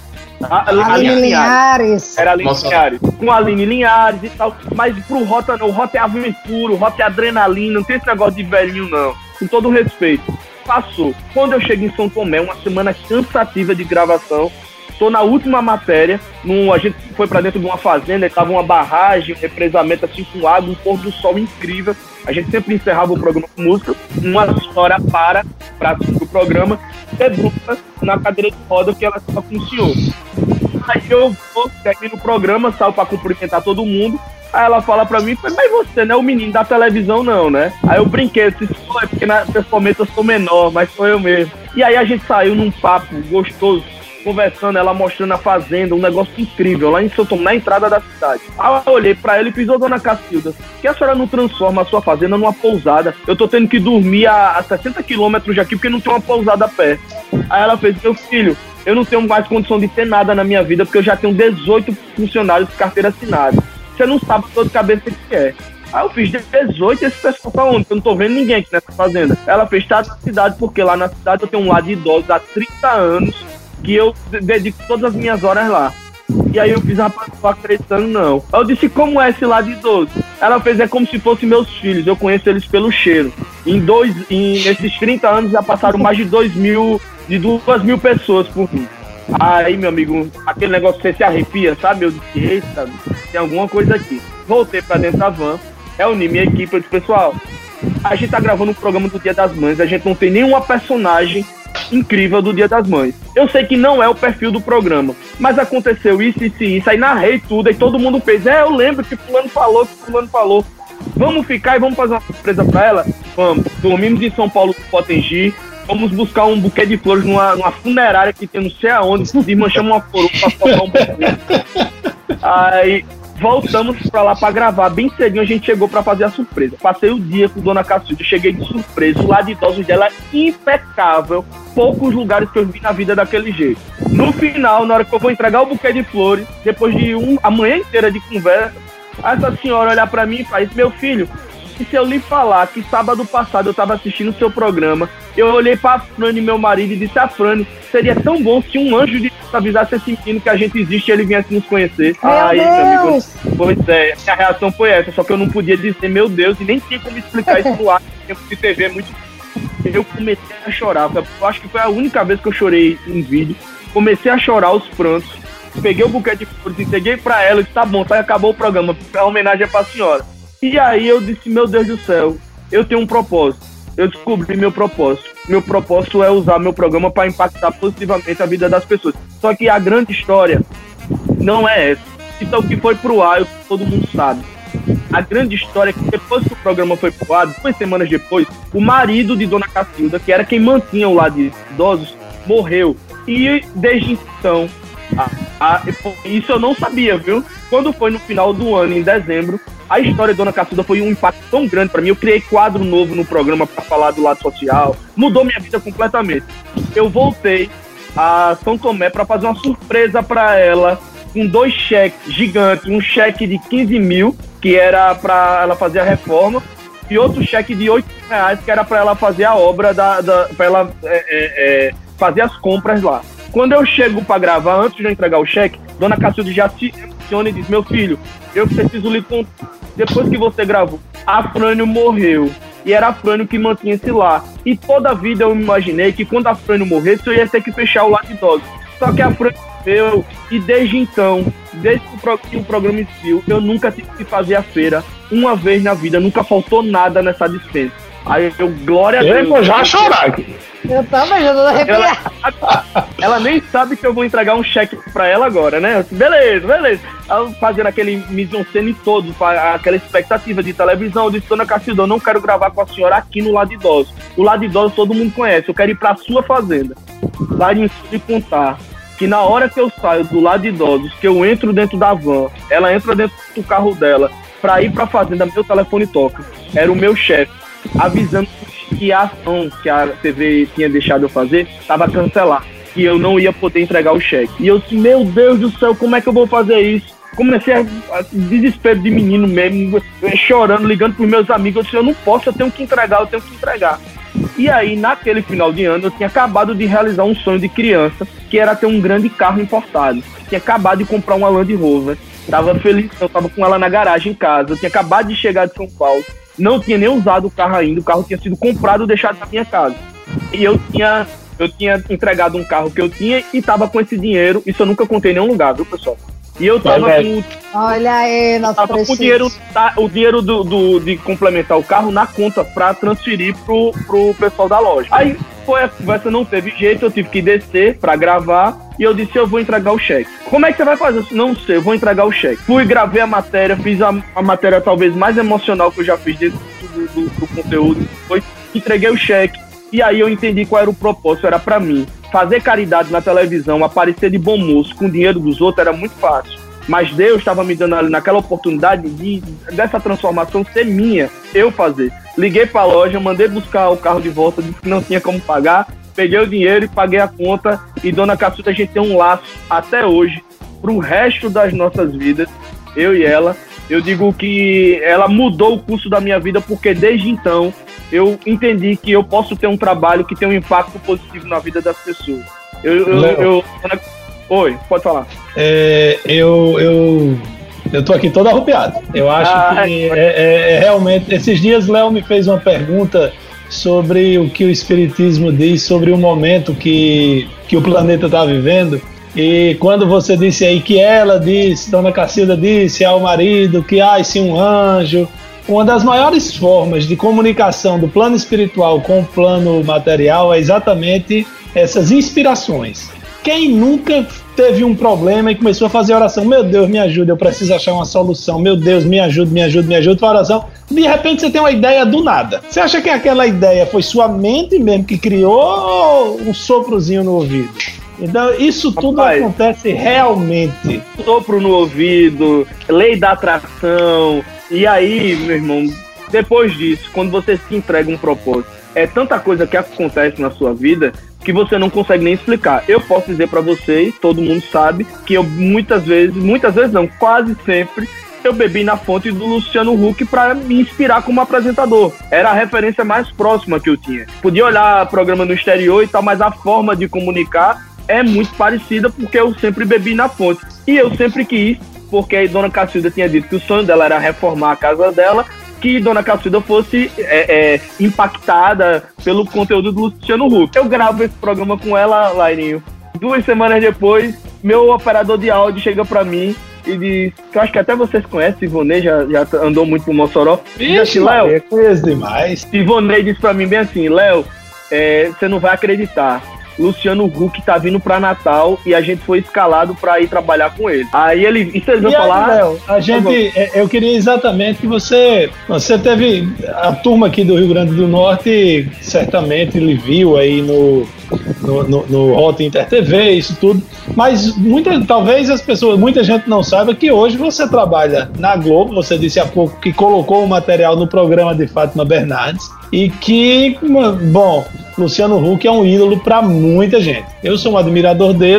Aline Linhares. Era Aline Linhares. Com a Aline Linhares e tal. Mas pro Rota não. O Rota é aventura, o Rota é adrenalina. Não tem esse negócio de velhinho, não. Com todo respeito. Passou. Quando eu chego em São Tomé, uma semana cansativa de gravação. Tô na última matéria. A gente foi pra dentro de uma fazenda. Tava uma barragem, um represamento assim com água, um pôr do sol incrível. A gente sempre encerrava o programa com música. Uma senhora pra assistir o programa. Debruça na cadeira de roda que ela só funcionou. Aí eu termino o programa, saio pra cumprimentar todo mundo. Aí ela fala pra mim, mas você não é o menino da televisão não, né? Aí eu brinquei, eu disse, porque pessoalmente eu sou menor, mas sou eu mesmo. E aí a gente saiu num papo gostoso, conversando, ela mostrando a fazenda, um negócio incrível, lá em São Tomé, na entrada da cidade. Aí eu olhei pra ela e fiz, dona Cacilda, por que a senhora não transforma a sua fazenda numa pousada? Eu tô tendo que dormir a 60 quilômetros daqui porque não tem uma pousada perto. Aí ela fez, meu filho, eu não tenho mais condição de ter nada na minha vida porque eu já tenho 18 funcionários de carteira assinada. Você não sabe toda cabeça que é. Aí eu fiz 18 e esse pessoal tá onde? Eu não tô vendo ninguém aqui nessa fazenda. Ela fez, tá na cidade, porque lá na cidade eu tenho um lar de idosos há 30 anos que eu dedico todas as minhas horas lá. E aí eu fiz, rapaz, não tô acreditando não. Aí eu disse, como é esse lar de idosos? Ela fez, é como se fossem meus filhos, eu conheço eles pelo cheiro. Nesses 30 anos já passaram mais de 2.000 pessoas por mim. Aí, meu amigo, aquele negócio que você se arrepia, sabe? Eu disse, eita, tem alguma coisa aqui. Voltei pra dentro da van, reuni minha equipe, eu disse, pessoal, a gente tá gravando um programa do Dia das Mães, a gente não tem nenhuma personagem incrível do Dia das Mães. Eu sei que não é o perfil do programa, mas aconteceu isso, aí narrei tudo, aí todo mundo fez, eu lembro que fulano falou. Vamos ficar e vamos fazer uma surpresa pra ela? Vamos. Dormimos em São Paulo do Potengi, vamos buscar um buquê de flores numa funerária que tem não sei aonde, desmanchamos uma coroa pra colocar um buquê. Aí voltamos pra lá pra gravar. Bem cedinho a gente chegou pra fazer a surpresa. Passei o dia com Dona Cacilda, cheguei de surpresa. O lado de idosos dela é impecável. Poucos lugares que eu vi na vida daquele jeito. No final, na hora que eu vou entregar o buquê de flores, depois de a manhã inteira de conversa, essa senhora olhar pra mim e faz, meu filho, e se eu lhe falar que sábado passado eu tava assistindo o seu programa, eu olhei pra Frane, meu marido, e disse a Frane, seria tão bom se um anjo de Deus avisasse esse menino que a gente existe e ele viesse nos conhecer. Aí, meu amigo, pois é, a reação foi essa, só que eu não podia dizer meu Deus e nem tinha como explicar isso no ar, tempo de TV é muito. Eu comecei a chorar, eu acho que foi a única vez que eu chorei em vídeo, comecei a chorar aos prantos, peguei o buquê de flores, entreguei pra ela e disse, tá bom, acabou o programa, a homenagem é pra senhora. E aí eu disse, meu Deus do céu, eu tenho um propósito. Eu descobri meu propósito. Meu propósito é usar meu programa para impactar positivamente a vida das pessoas. Só que a grande história não é essa. Então o que foi pro ar, todo mundo sabe. A grande história é que depois que o programa foi pro ar, 2 semanas depois, o marido de Dona Cacilda, que era quem mantinha o lar de idosos, morreu. E desde então, isso eu não sabia, viu? Quando foi no final do ano, em dezembro, a história de Dona Cacilda foi um impacto tão grande pra mim. Eu criei quadro novo no programa pra falar do lado social. Mudou minha vida completamente. Eu voltei a São Tomé pra fazer uma surpresa pra ela com 2 cheques gigantes. Um cheque de 15 mil, que era para ela fazer a reforma, e outro cheque de R$8 que era para ela fazer a obra, para ela fazer as compras lá. Quando eu chego para gravar, antes de eu entregar o cheque, Dona Cacilda já se emociona e diz: meu filho, eu preciso lhe contar. Depois que você gravou, Afrânio morreu. E era Afrânio que mantinha esse lar. E toda a vida eu imaginei que quando Afrânio morresse, eu ia ter que fechar o lar de idosos. Só que Afrânio morreu, e desde então, desde que o programa existiu, eu nunca tive que fazer a feira uma vez na vida. Nunca faltou nada nessa dispensa. Aí eu, glória a Deus. Eu vou já chorar aqui. Eu também, já tô arrepiada. Ela nem sabe que eu vou entregar um cheque pra ela agora, né? Eu disse, beleza. Ela fazendo aquele mise-en-scène todo, aquela expectativa de televisão. Eu disse: Dona Cacilda, eu não quero gravar com a senhora aqui no Lar de Idosos. O Lar de Idosos todo mundo conhece, eu quero ir pra sua fazenda. Lá de contar que na hora que eu saio do Lar de Idosos, que eu entro dentro da van, ela entra dentro do carro dela pra ir pra fazenda, meu telefone toca. Era o meu chefe avisando que a ação que a TV tinha deixado eu fazer estava cancelada, que eu não ia poder entregar o cheque. E eu disse: meu Deus do céu, como é que eu vou fazer isso? Comecei a desespero de menino mesmo, chorando, ligando pros meus amigos. Eu disse: eu não posso, eu tenho que entregar. E aí, naquele final de ano, eu tinha acabado de realizar um sonho de criança, que era ter um grande carro importado. Tinha acabado de comprar uma Land Rover, tava feliz, eu tava com ela na garagem em casa, eu tinha acabado de chegar de São Paulo, não tinha nem usado o carro ainda, o carro tinha sido comprado e deixado na minha casa. E eu tinha entregado um carro que eu tinha e tava com esse dinheiro, isso eu nunca contei em nenhum lugar, viu, pessoal? E eu tava com... Olha aí, nosso tava com o dinheiro de complementar o carro na conta pra transferir pro pessoal da loja. Aí foi a conversa, não teve jeito, eu tive que descer pra gravar e eu disse: eu vou entregar o cheque. Como é que você vai fazer? Eu disse: não sei, eu vou entregar o cheque. Fui, gravei a matéria, fiz a matéria talvez mais emocional que eu já fiz dentro do conteúdo. Entreguei o cheque e aí eu entendi qual era o propósito, era pra mim. Fazer caridade na televisão, aparecer de bom moço com o dinheiro dos outros era muito fácil. Mas Deus estava me dando ali naquela oportunidade dessa transformação ser minha, eu fazer. Liguei para a loja, mandei buscar o carro de volta, disse que não tinha como pagar, peguei o dinheiro e paguei a conta. E Dona Cacilda, a gente tem um laço até hoje, pro resto das nossas vidas, eu e ela. Eu digo que ela mudou o curso da minha vida, porque desde então eu entendi que eu posso ter um trabalho que tem um impacto positivo na vida das pessoas. Oi, pode falar. Eu tô aqui todo arrupiado. Eu acho que realmente... Esses dias Léo me fez uma pergunta sobre o que o Espiritismo diz sobre o momento que o planeta está vivendo. E quando você disse aí que ela disse, Dona Cacilda disse ao marido que se um anjo... Uma das maiores formas de comunicação do plano espiritual com o plano material é exatamente essas inspirações. Quem nunca teve um problema e começou a fazer oração? Meu Deus, me ajuda, eu preciso achar uma solução. Meu Deus, me ajuda, para oração. De repente você tem uma ideia do nada. Você acha que aquela ideia foi sua mente mesmo que criou ou um soprozinho no ouvido? Então isso tudo acontece realmente. Sopro no ouvido, lei da atração. E aí, meu irmão, depois disso, quando você se entrega um propósito, é tanta coisa que acontece na sua vida que você não consegue nem explicar. Eu posso dizer pra vocês, todo mundo sabe, que eu muitas vezes não, quase sempre, eu bebi na fonte do Luciano Huck pra me inspirar como apresentador. Era a referência mais próxima que eu tinha. Podia olhar programa no exterior e tal, mas a forma de comunicar é muito parecida, porque eu sempre bebi na fonte. E eu sempre quis, porque a Dona Cacilda tinha dito que o sonho dela era reformar a casa dela, que Dona Cacilda fosse impactada pelo conteúdo do Luciano Huck. Eu gravo esse programa com ela, Lairinho. 2 semanas depois, meu operador de áudio chega pra mim e diz, que eu acho que até vocês conhecem, Ivonei, já andou muito pro Mossoró. Ixi, Léo, eu conheço demais. Ivonei disse pra mim bem assim: Léo, você não vai acreditar, Luciano Huck tá vindo pra Natal e a gente foi escalado pra ir trabalhar com ele. Aí ele vai falar... Léo, eu queria exatamente que você teve a turma aqui do Rio Grande do Norte, certamente ele viu aí no Rota Inter TV, isso tudo, mas talvez muita gente não saiba que hoje você trabalha na Globo. Você disse há pouco que colocou o material no programa de Fátima Bernardes e que, bom, Luciano Huck é um ídolo para muita gente. Eu sou um admirador dele.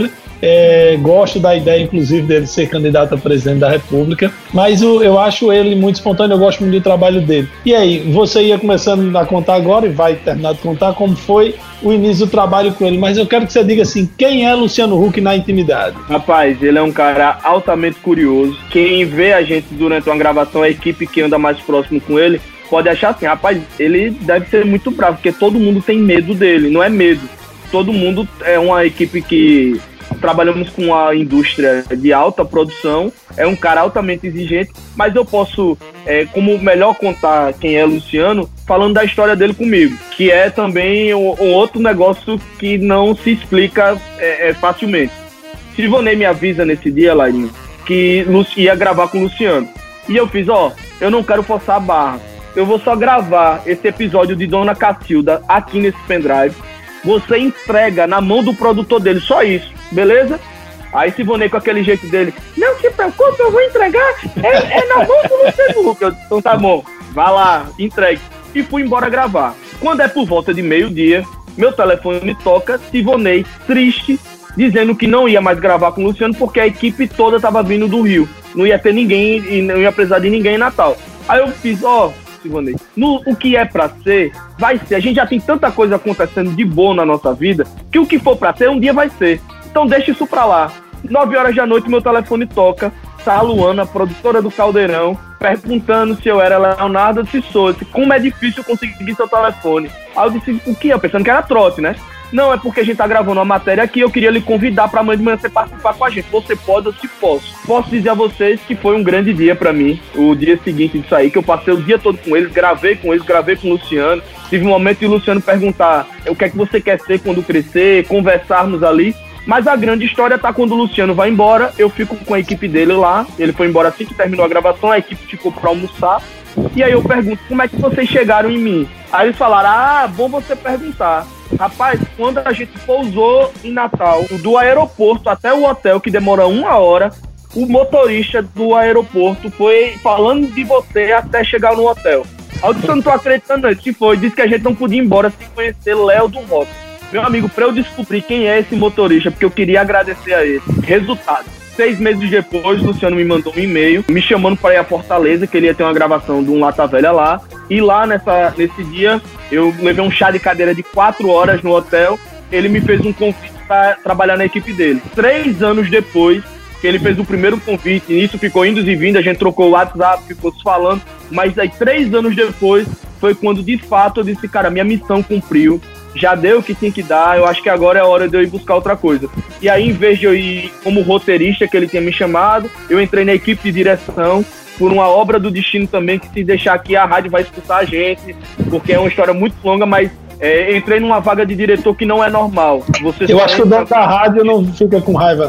Gosto da ideia, inclusive, dele ser candidato a presidente da República, mas eu acho ele muito espontâneo, eu gosto muito do trabalho dele. E aí, você ia começando a contar agora e vai terminar de contar como foi o início do trabalho com ele, mas eu quero que você diga assim, quem é Luciano Huck na intimidade? Rapaz, ele é um cara altamente curioso. Quem vê a gente durante uma gravação, a equipe que anda mais próximo com ele, pode achar assim, rapaz, ele deve ser muito bravo, porque todo mundo tem medo dele, não é medo. Todo mundo é uma equipe que trabalhamos com a indústria de alta produção, é um cara altamente exigente, mas eu posso, como melhor contar quem é Luciano, falando da história dele comigo, que é também um outro negócio que não se explica facilmente. Sivonei me avisa nesse dia, Lairinho, que ia gravar com o Luciano. E eu fiz, eu não quero forçar a barra. Eu vou só gravar esse episódio de Dona Cacilda aqui nesse pendrive. Você entrega na mão do produtor dele, só isso, beleza? Aí Sivonei com aquele jeito dele, não se preocupe, eu vou entregar, é na mão do Luciano Huck. Então tá bom, vá lá, entregue. E fui embora gravar. Quando é por volta de meio-dia, meu telefone toca, Sivonei, triste, dizendo que não ia mais gravar com o Luciano porque a equipe toda tava vindo do Rio. Não ia ter ninguém e não ia precisar de ninguém em Natal. Aí eu fiz, Sivonei, o que é pra ser, vai ser. A gente já tem tanta coisa acontecendo de boa na nossa vida, que o que for pra ser, um dia vai ser. Então deixa isso pra lá. 9 horas da noite, meu telefone toca. Tá a Luana, produtora do Caldeirão, perguntando se eu era Leonardo. Eu disse, sou. Como é difícil conseguir seu telefone. Aí eu disse, o que? Eu pensando que era trote, né? Não, é porque a gente tá gravando uma matéria aqui, eu queria lhe convidar pra amanhã de manhã você participar com a gente. Você pode, eu te posso. Posso dizer a vocês que foi um grande dia pra mim, o dia seguinte disso aí, que eu passei o dia todo com eles, gravei com o Luciano. Tive um momento de o Luciano perguntar o que é que você quer ser quando crescer, conversarmos ali. Mas a grande história tá quando o Luciano vai embora, eu fico com a equipe dele lá, ele foi embora assim que terminou a gravação, a equipe ficou pra almoçar. E aí eu pergunto, como é que vocês chegaram em mim? Aí eles falaram, bom você perguntar. Rapaz, quando a gente pousou em Natal, do aeroporto até o hotel, que demora 1 hora, o motorista do aeroporto foi falando de você até chegar no hotel. Aí eu disse, eu não tô acreditando nisso, que foi, disse que a gente não podia ir embora sem conhecer Léo do Rock. Meu amigo, pra eu descobrir quem é esse motorista, porque eu queria agradecer a ele. Resultado. 6 meses depois, o Luciano me mandou um e-mail me chamando para ir a Fortaleza, que ele ia ter uma gravação de um Lata Velha lá. E lá nesse dia, eu levei um chá de cadeira de 4 horas no hotel. Ele me fez um convite para trabalhar na equipe dele. 3 anos depois, que ele fez o primeiro convite, e isso ficou indo e vindo, a gente trocou o WhatsApp, ficou se falando. Mas aí 3 anos depois, foi quando de fato eu disse, cara, minha missão cumpriu. Já deu o que tinha que dar, eu acho que agora é a hora de eu ir buscar outra coisa. E aí, em vez de eu ir como roteirista, que ele tinha me chamado, eu entrei na equipe de direção, por uma obra do destino também, que se deixar aqui a rádio vai escutar a gente, porque é uma história muito longa, mas entrei numa vaga de diretor que não é normal. Eu acho que o dono da rádio não fica com raiva.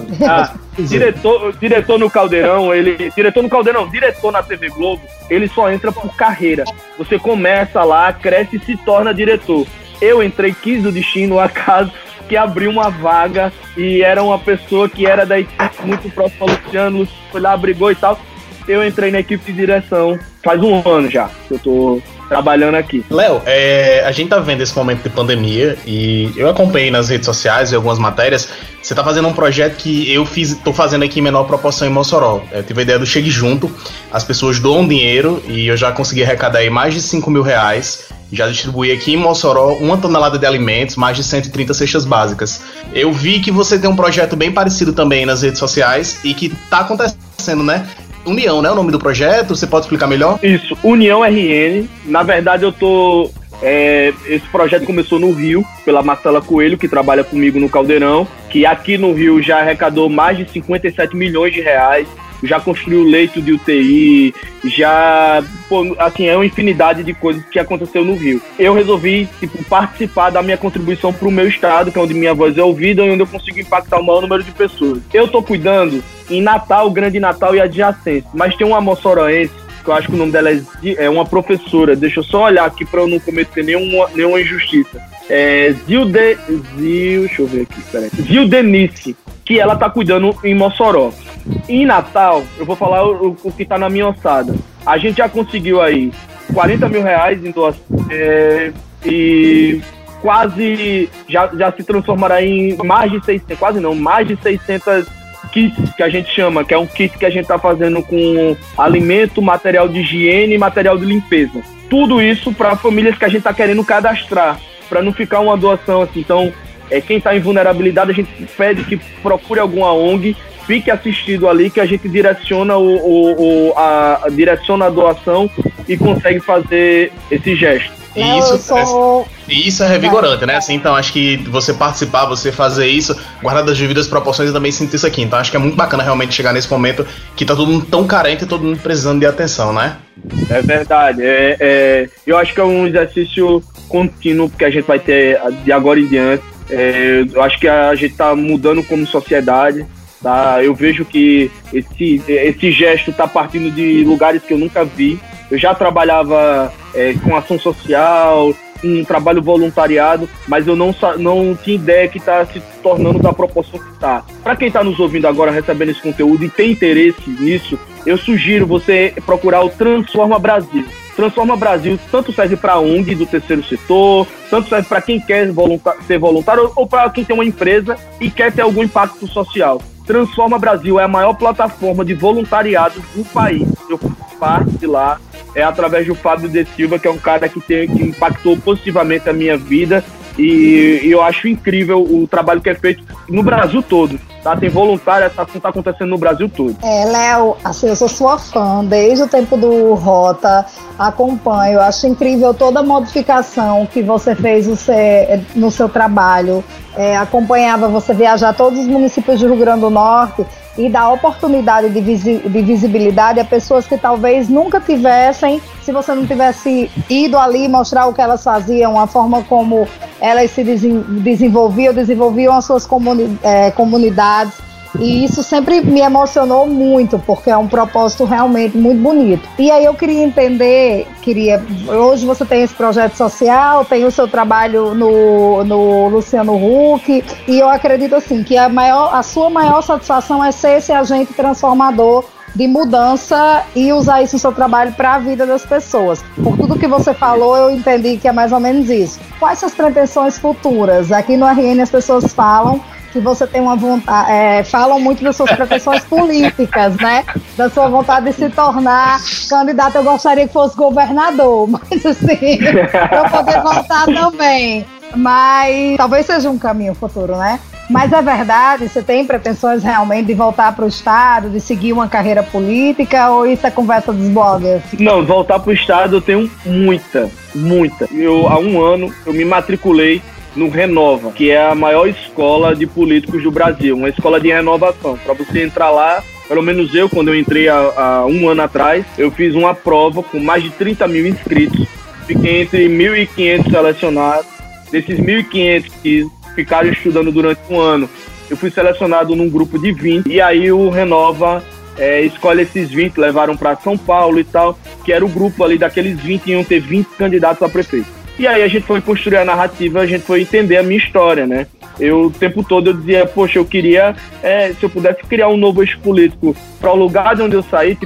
Diretor no Caldeirão, diretor na TV Globo, ele só entra por carreira. Você começa lá, cresce e se torna diretor. Eu entrei, quis o destino, acaso, que abriu uma vaga e era uma pessoa que era da equipe muito próxima ao Luciano, foi lá, brigou e tal. Eu entrei na equipe de direção faz 1 ano já, que eu tô trabalhando aqui. Léo, a gente tá vendo esse momento de pandemia e eu acompanhei nas redes sociais e algumas matérias. Você tá fazendo um projeto que tô fazendo aqui em menor proporção em Mossoró. Eu tive a ideia do Chegue Junto, as pessoas doam dinheiro e eu já consegui arrecadar aí mais de R$5 mil. Já distribuí aqui em Mossoró 1 tonelada de alimentos, mais de 130 cestas básicas. Eu vi que você tem um projeto bem parecido também nas redes sociais e que tá acontecendo, né? União, né? O nome do projeto, você pode explicar melhor? Isso, União RN. Na verdade, esse projeto começou no Rio, pela Marcela Coelho, que trabalha comigo no Caldeirão, que aqui no Rio já arrecadou mais de 57 milhões de reais, já construiu leito de UTI, é uma infinidade de coisas que aconteceu no Rio. Eu resolvi, participar da minha contribuição para o meu estado, que é onde minha voz é ouvida e onde eu consigo impactar o maior número de pessoas. Eu tô cuidando em Natal, Grande Natal e adjacentes, mas tem uma moçoroense, que eu acho que o nome dela é uma professora, deixa eu só olhar aqui para eu não cometer nenhuma injustiça. Deixa eu ver aqui, peraí. Zildenice, que ela tá cuidando em Mossoró. Em Natal, eu vou falar o que tá na minha ossada. A gente já conseguiu aí R$40 mil em doação, e quase, já se transformará em mais de 600, quase não, mais de 600 kits, que a gente chama, que é um kit que a gente tá fazendo com alimento, material de higiene e material de limpeza. Tudo isso para famílias que a gente tá querendo cadastrar, para não ficar uma doação assim. Então, quem tá em vulnerabilidade, a gente pede que procure alguma ONG, fique assistido ali, que a gente direciona direciona a doação e consegue fazer esse gesto. E isso é revigorante, né? Assim, então acho que você participar, você fazer isso, guardar das devidas proporções e também sentir isso aqui. Então acho que é muito bacana realmente chegar nesse momento que tá todo mundo tão carente e todo mundo precisando de atenção, né? É verdade. Eu acho que é um exercício contínuo que a gente vai ter de agora em diante. Eu acho que a gente tá mudando como sociedade. Tá? Eu vejo que esse gesto tá partindo de lugares que eu nunca vi. Eu já trabalhava com ação social, com trabalho voluntariado, mas eu não tinha ideia que está se tornando da proporção que está. Para quem está nos ouvindo agora, recebendo esse conteúdo e tem interesse nisso, eu sugiro você procurar o Transforma Brasil. Transforma Brasil tanto serve para a ONG do terceiro setor, tanto serve para quem quer ser voluntário ou para quem tem uma empresa e quer ter algum impacto social. Transforma Brasil é a maior plataforma de voluntariado do país. Eu faço parte de lá, através do Fábio de Silva, que é um cara que impactou positivamente a minha vida, e eu acho incrível o trabalho que é feito no Brasil todo. Tá? Tem voluntário, essa ação está acontecendo no Brasil todo. Léo, assim, eu sou sua fã desde o tempo do Rota, acompanho, acho incrível toda a modificação que você fez no seu trabalho. Acompanhava você viajar a todos os municípios do Rio Grande do Norte e dar oportunidade de visibilidade a pessoas que talvez nunca tivessem, se você não tivesse ido ali mostrar o que elas faziam, a forma como elas se desenvolviam as suas comunidades. E isso sempre me emocionou muito, porque é um propósito realmente muito bonito. E aí eu queria entender, hoje você tem esse projeto social, tem o seu trabalho no Luciano Huck, e eu acredito assim, que a sua maior satisfação é ser esse agente transformador de mudança e usar isso no seu trabalho para a vida das pessoas. Por tudo que você falou, eu entendi que é mais ou menos isso. Quais são as pretensões futuras? Aqui no RN as pessoas falam que você tem uma vontade, falam muito das suas pretensões políticas, né? Da sua vontade de se tornar candidato. Eu gostaria que fosse governador, mas assim, para poder votar também. Mas talvez seja um caminho futuro, né? Mas é verdade, você tem pretensões realmente de voltar para o Estado, de seguir uma carreira política, ou isso é conversa dos bloggers? Não, voltar para o Estado eu tenho muita. Há um ano eu me matriculei no Renova, que é a maior escola de políticos do Brasil, uma escola de renovação. Para você entrar lá, pelo menos eu, quando eu entrei há um ano atrás, eu fiz uma prova com mais de 30 mil inscritos, fiquei entre 1.500 selecionados. Desses 1.500 que ficaram estudando durante um ano, eu fui selecionado num grupo de 20, e aí o Renova escolhe esses 20, levaram para São Paulo e tal, que era o grupo ali daqueles 20, iam ter 20 candidatos a prefeito. E aí a gente foi construir a narrativa, a gente foi entender a minha história, né? O tempo todo eu dizia, poxa, eu queria, se eu pudesse criar um novo eixo político para o lugar de onde eu saí,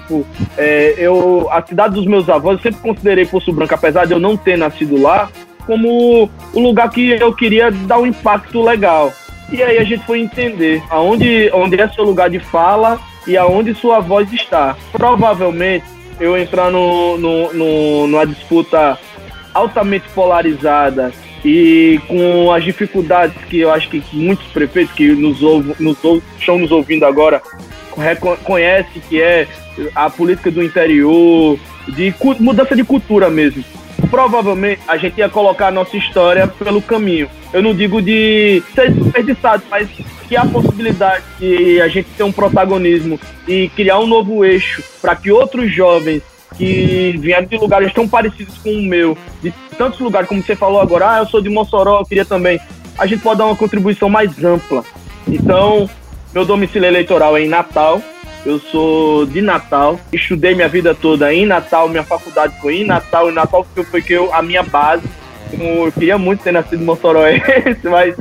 a cidade dos meus avós, eu sempre considerei Poço Branco, apesar de eu não ter nascido lá, como o lugar que eu queria dar um impacto legal. E aí a gente foi entender onde é seu lugar de fala e aonde sua voz está. Provavelmente, eu entrar numa disputa altamente polarizada e com as dificuldades que eu acho que muitos prefeitos que estão nos ouvindo agora reconhecem, que é a política do interior, de mudança de cultura mesmo. Provavelmente a gente ia colocar a nossa história pelo caminho. Eu não digo de ser desperdiçado, mas que há a possibilidade de a gente ter um protagonismo e criar um novo eixo para que outros jovens que vieram de lugares tão parecidos com o meu, de tantos lugares, como você falou agora, eu sou de Mossoró, eu queria também, a gente pode dar uma contribuição mais ampla. Então, meu domicílio eleitoral é em Natal, eu sou de Natal, estudei minha vida toda em Natal, minha faculdade foi em Natal foi a minha base. Eu queria muito ter nascido em Mossoró, mas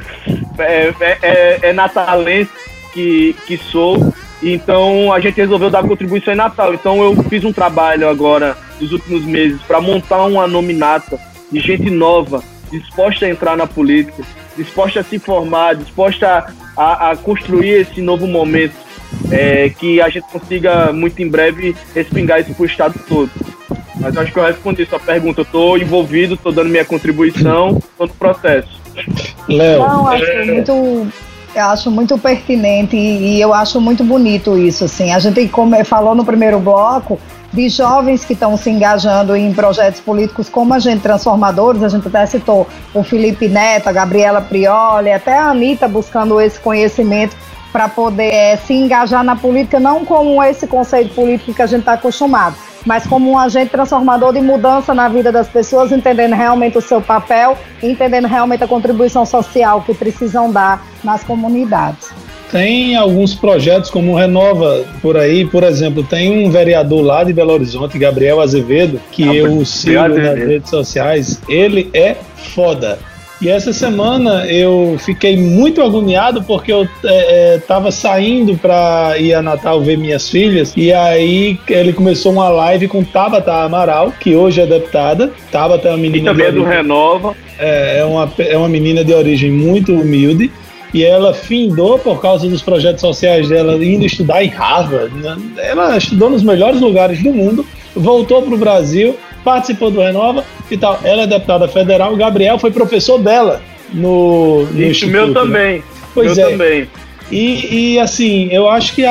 é natalense que sou. Então a gente resolveu dar contribuição em Natal. Então eu fiz um trabalho agora nos últimos meses para montar uma nominata de gente nova disposta a entrar na política, disposta a se formar, disposta a construir esse novo momento, que a gente consiga muito em breve respingar isso para o estado todo. Mas eu acho que eu respondi sua pergunta. Eu estou envolvido, estou dando minha contribuição, estou no processo. Léo. Não, eu acho muito pertinente e eu acho muito bonito isso, assim. A gente falou no primeiro bloco de jovens que estão se engajando em projetos políticos como agentes transformadores. A gente até citou o Felipe Neto, a Gabriela Prioli, até a Anitta buscando esse conhecimento para poder se engajar na política, não como esse conceito político que a gente está acostumado, mas como um agente transformador de mudança na vida das pessoas, entendendo realmente o seu papel, entendendo realmente a contribuição social que precisam dar nas comunidades. Tem alguns projetos como o Renova por aí, por exemplo, tem um vereador lá de Belo Horizonte, Gabriel Azevedo, que eu sigo nas redes sociais, ele é foda. E essa semana eu fiquei muito agoniado porque eu estava saindo para ir a Natal ver minhas filhas, e aí ele começou uma live com Tabata Amaral, que hoje é deputada. Tabata é uma menina... E também do Renova. É uma menina de origem muito humilde, e ela findou por causa dos projetos sociais dela indo estudar em Harvard. Ela estudou nos melhores lugares do mundo, voltou para o Brasil, participou do Renova e tal. Ela é deputada federal, o Gabriel foi professor dela no Instituto. Meu também. Pois meu também. E assim, eu acho que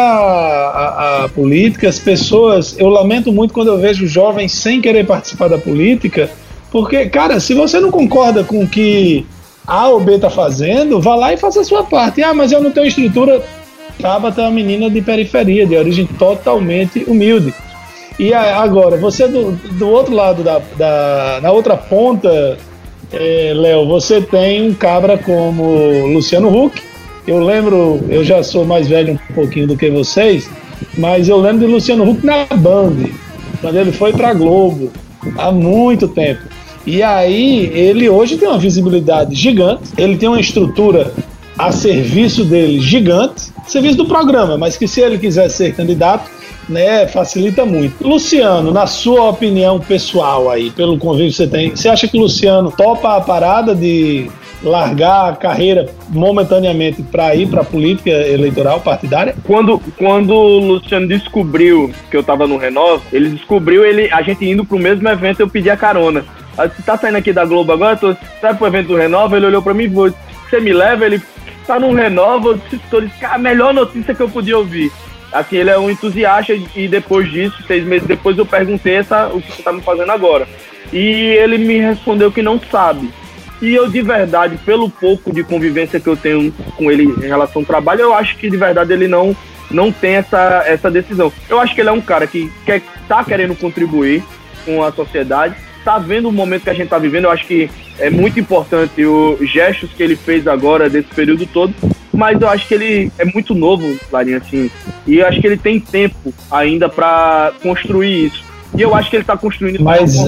a política, as pessoas, eu lamento muito quando eu vejo jovens sem querer participar da política, porque, cara, se você não concorda com o que A ou B tá fazendo, vá lá e faça a sua parte. Ah, mas eu não tenho estrutura. Tabata é uma menina de periferia, de origem totalmente humilde. E agora, você do outro lado, na outra ponta, Léo, você tem um cabra como Luciano Huck. Eu lembro, eu já sou mais velho um pouquinho do que vocês, mas eu lembro de Luciano Huck na Band, quando ele foi pra Globo, há muito tempo. E aí, ele hoje tem uma visibilidade gigante, ele tem uma estrutura a serviço dele gigante, serviço do programa, mas que se ele quiser ser candidato, né, facilita muito. Luciano, na sua opinião pessoal aí, pelo convívio que você tem, você acha que o Luciano topa a parada de largar a carreira momentaneamente para ir para a política eleitoral partidária? Quando o Luciano descobriu que eu tava no Renova, ele descobriu a gente indo pro mesmo evento, eu pedi a carona. Você tá saindo aqui da Globo agora? Sai pro evento do Renova? Ele olhou pra mim e falou: você me leva? Ele tá no Renova? Eu disse, cara, a melhor notícia que eu podia ouvir. Assim, ele é um entusiasta e depois disso, 6 meses depois, eu perguntei o que você tá me fazendo agora. E ele me respondeu que não sabe. E eu, de verdade, pelo pouco de convivência que eu tenho com ele em relação ao trabalho, eu acho que, de verdade, ele não tem essa decisão. Eu acho que ele é um cara que tá querendo contribuir com a sociedade, tá vendo o momento que a gente tá vivendo. Eu acho que é muito importante os gestos que ele fez agora, desse período todo, mas eu acho que ele é muito novo, Larinha, assim, e eu acho que ele tem tempo ainda para construir isso. E eu acho que ele está construindo...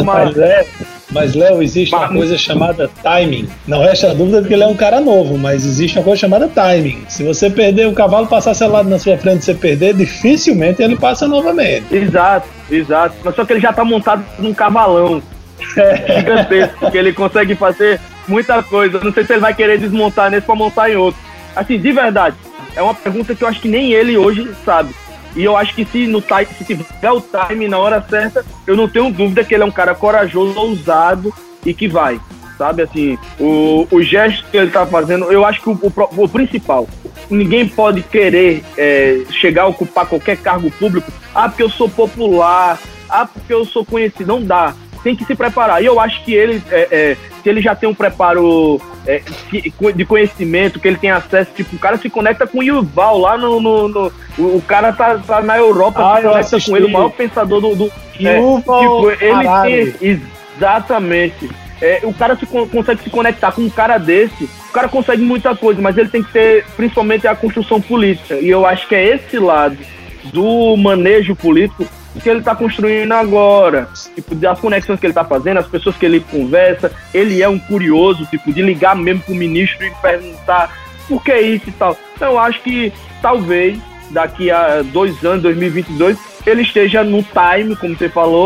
Mas, Léo, existe uma coisa chamada timing. Não resta dúvida de que ele é um cara novo, mas existe uma coisa chamada timing. Se você perder, o cavalo passar selado na sua frente e você perder, dificilmente ele passa novamente. Exato. Mas só que ele já está montado num cavalão gigantesco, que ele consegue fazer muita coisa. Não sei se ele vai querer desmontar nesse para montar em outro. Assim, de verdade, é uma pergunta que eu acho que nem ele hoje sabe. E eu acho que se tiver o time na hora certa, eu não tenho dúvida que ele é um cara corajoso, ousado e que vai, sabe? Assim, o gesto que ele tá fazendo, eu acho que o principal, ninguém pode querer chegar a ocupar qualquer cargo público, porque eu sou popular, porque eu sou conhecido, não dá. Tem que se preparar. E eu acho que ele, se ele já tem um preparo de conhecimento, que ele tem acesso, tipo, o cara se conecta com o Yuval lá o cara tá na Europa, se conecta com ele, o maior pensador do Yuval, tipo, ele tem, exatamente. O cara consegue se conectar com um cara desse, o cara consegue muita coisa, mas ele tem que ter, principalmente, a construção política. E eu acho que é esse lado do manejo político que ele está construindo agora, tipo, das conexões que ele está fazendo, as pessoas que ele conversa. Ele é um curioso, tipo, de ligar mesmo pro ministro e perguntar por que isso e tal. Então eu acho que talvez daqui a 2 anos, 2022, ele esteja no time, como você falou,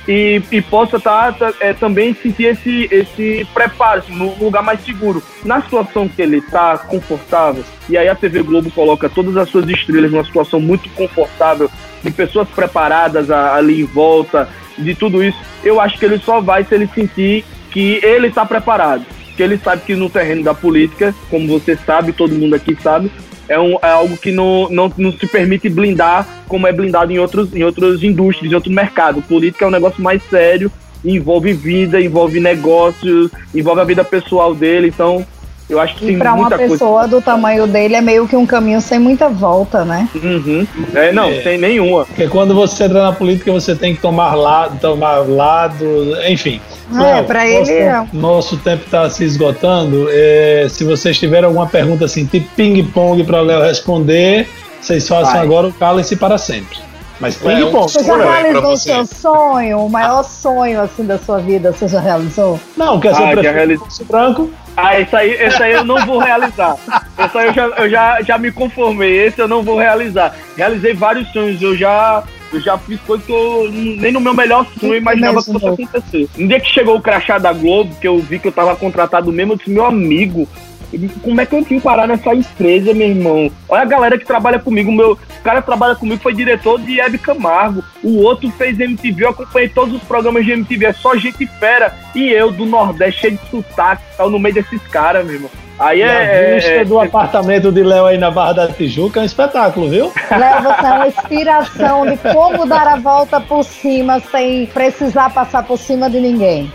e possa também sentir esse preparo, assim, no lugar mais seguro. Na situação que ele está confortável, e aí a TV Globo coloca todas as suas estrelas numa situação muito confortável, de pessoas preparadas ali em volta, de tudo isso, eu acho que ele só vai se ele sentir que ele está preparado, que ele sabe que no terreno da política, como você sabe, todo mundo aqui sabe, é algo que não se permite blindar como é blindado em outras indústrias, em outro mercado. Política é um negócio mais sério, envolve vida, envolve negócios, envolve a vida pessoal dele, então eu acho que tem muita coisa. E para uma pessoa do tamanho dele é meio que um caminho sem muita volta, né? Uhum. Sem nenhuma. Porque quando você entra na política, você tem que tomar lado, enfim. Para ele nosso tempo está se esgotando. Se vocês tiverem alguma pergunta assim, tipo ping-pong para o Léo responder, vocês façam agora o Calem-se para sempre. Mas ping-pong. Você já realizou o seu sonho? O maior sonho assim da sua vida, você já realizou? Não, quer ser prefeito branco? Esse aí eu não vou realizar. Esse aí eu já me conformei. Esse eu não vou realizar. Realizei vários sonhos. Eu já fiz coisas que eu nem no meu melhor sonho imaginava que fosse acontecer. No dia que chegou o crachá da Globo, que eu vi que eu tava contratado mesmo, eu disse, meu amigo, como é que eu vim parar nessa empresa, meu irmão? Olha a galera que trabalha comigo. O cara que trabalha comigo foi diretor de Hebe Camargo. O outro fez MTV, eu acompanhei todos os programas de MTV. É só gente fera. E eu, do Nordeste, cheio de sotaque, tava no meio desses caras, meu irmão. Aí a vista do apartamento de Léo aí na Barra da Tijuca é um espetáculo, viu? Léo, você é uma inspiração de como dar a volta por cima sem precisar passar por cima de ninguém.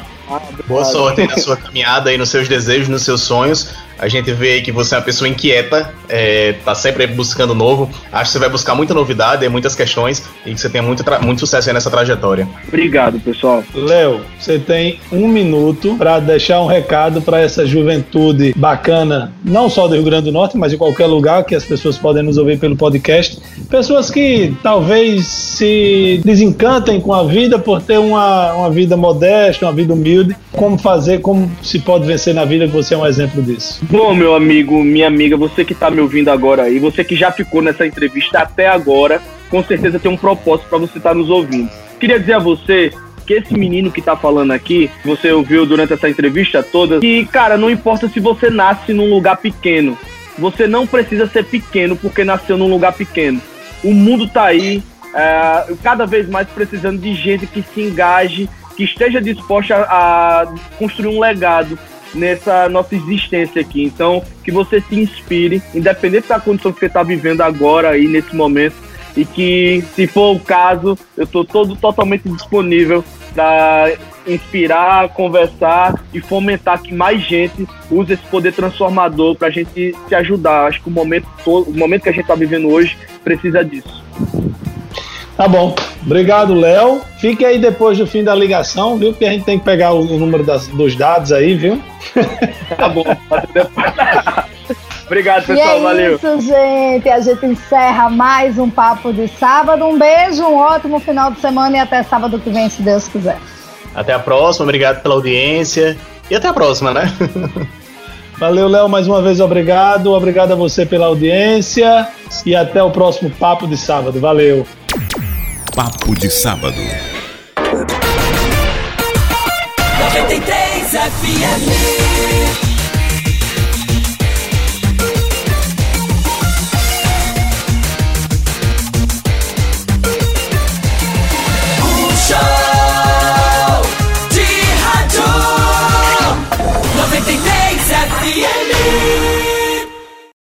Boa sorte aí na sua caminhada aí, nos seus desejos, nos seus sonhos. A gente vê aí que você é uma pessoa inquieta, tá sempre buscando novo. Acho que você vai buscar muita novidade, muitas questões, e que você tenha muito sucesso aí nessa trajetória. Obrigado, pessoal. Léo, você tem 1 minuto para deixar um recado para essa juventude bacana, não só do Rio Grande do Norte, mas de qualquer lugar que as pessoas podem nos ouvir pelo podcast. Pessoas que talvez se desencantem com a vida por ter uma vida modesta, uma vida humilde. Como se pode vencer na vida, que você é um exemplo disso. Bom, meu amigo, minha amiga, você que tá me ouvindo agora aí, você que já ficou nessa entrevista até agora, com certeza tem um propósito para você estar nos ouvindo. Queria dizer a você que esse menino que tá falando aqui, você ouviu durante essa entrevista toda, que, cara, não importa se você nasce num lugar pequeno, você não precisa ser pequeno porque nasceu num lugar pequeno. O mundo tá aí, cada vez mais precisando de gente que se engaje, que esteja disposta a construir um legado nessa nossa existência aqui. Então, que você se inspire, independente da condição que você está vivendo agora aí, nesse momento, e que, se for o caso, eu estou totalmente disponível para inspirar, conversar e fomentar que mais gente use esse poder transformador para a gente se ajudar. Acho que o momento que a gente está vivendo hoje precisa disso. Tá bom. Obrigado, Léo. Fique aí depois do fim da ligação, viu? Porque a gente tem que pegar o número dos dados aí, viu? Tá bom. Obrigado, pessoal. Valeu. É isso, gente. A gente encerra mais um Papo de Sábado. Um beijo, um ótimo final de semana e até sábado que vem, se Deus quiser. Até a próxima. Obrigado pela audiência. E até a próxima, né? Valeu, Léo, mais uma vez obrigado. Obrigado a você pela audiência. E até o próximo Papo de Sábado. Valeu. Papo de Sábado. 93 FM.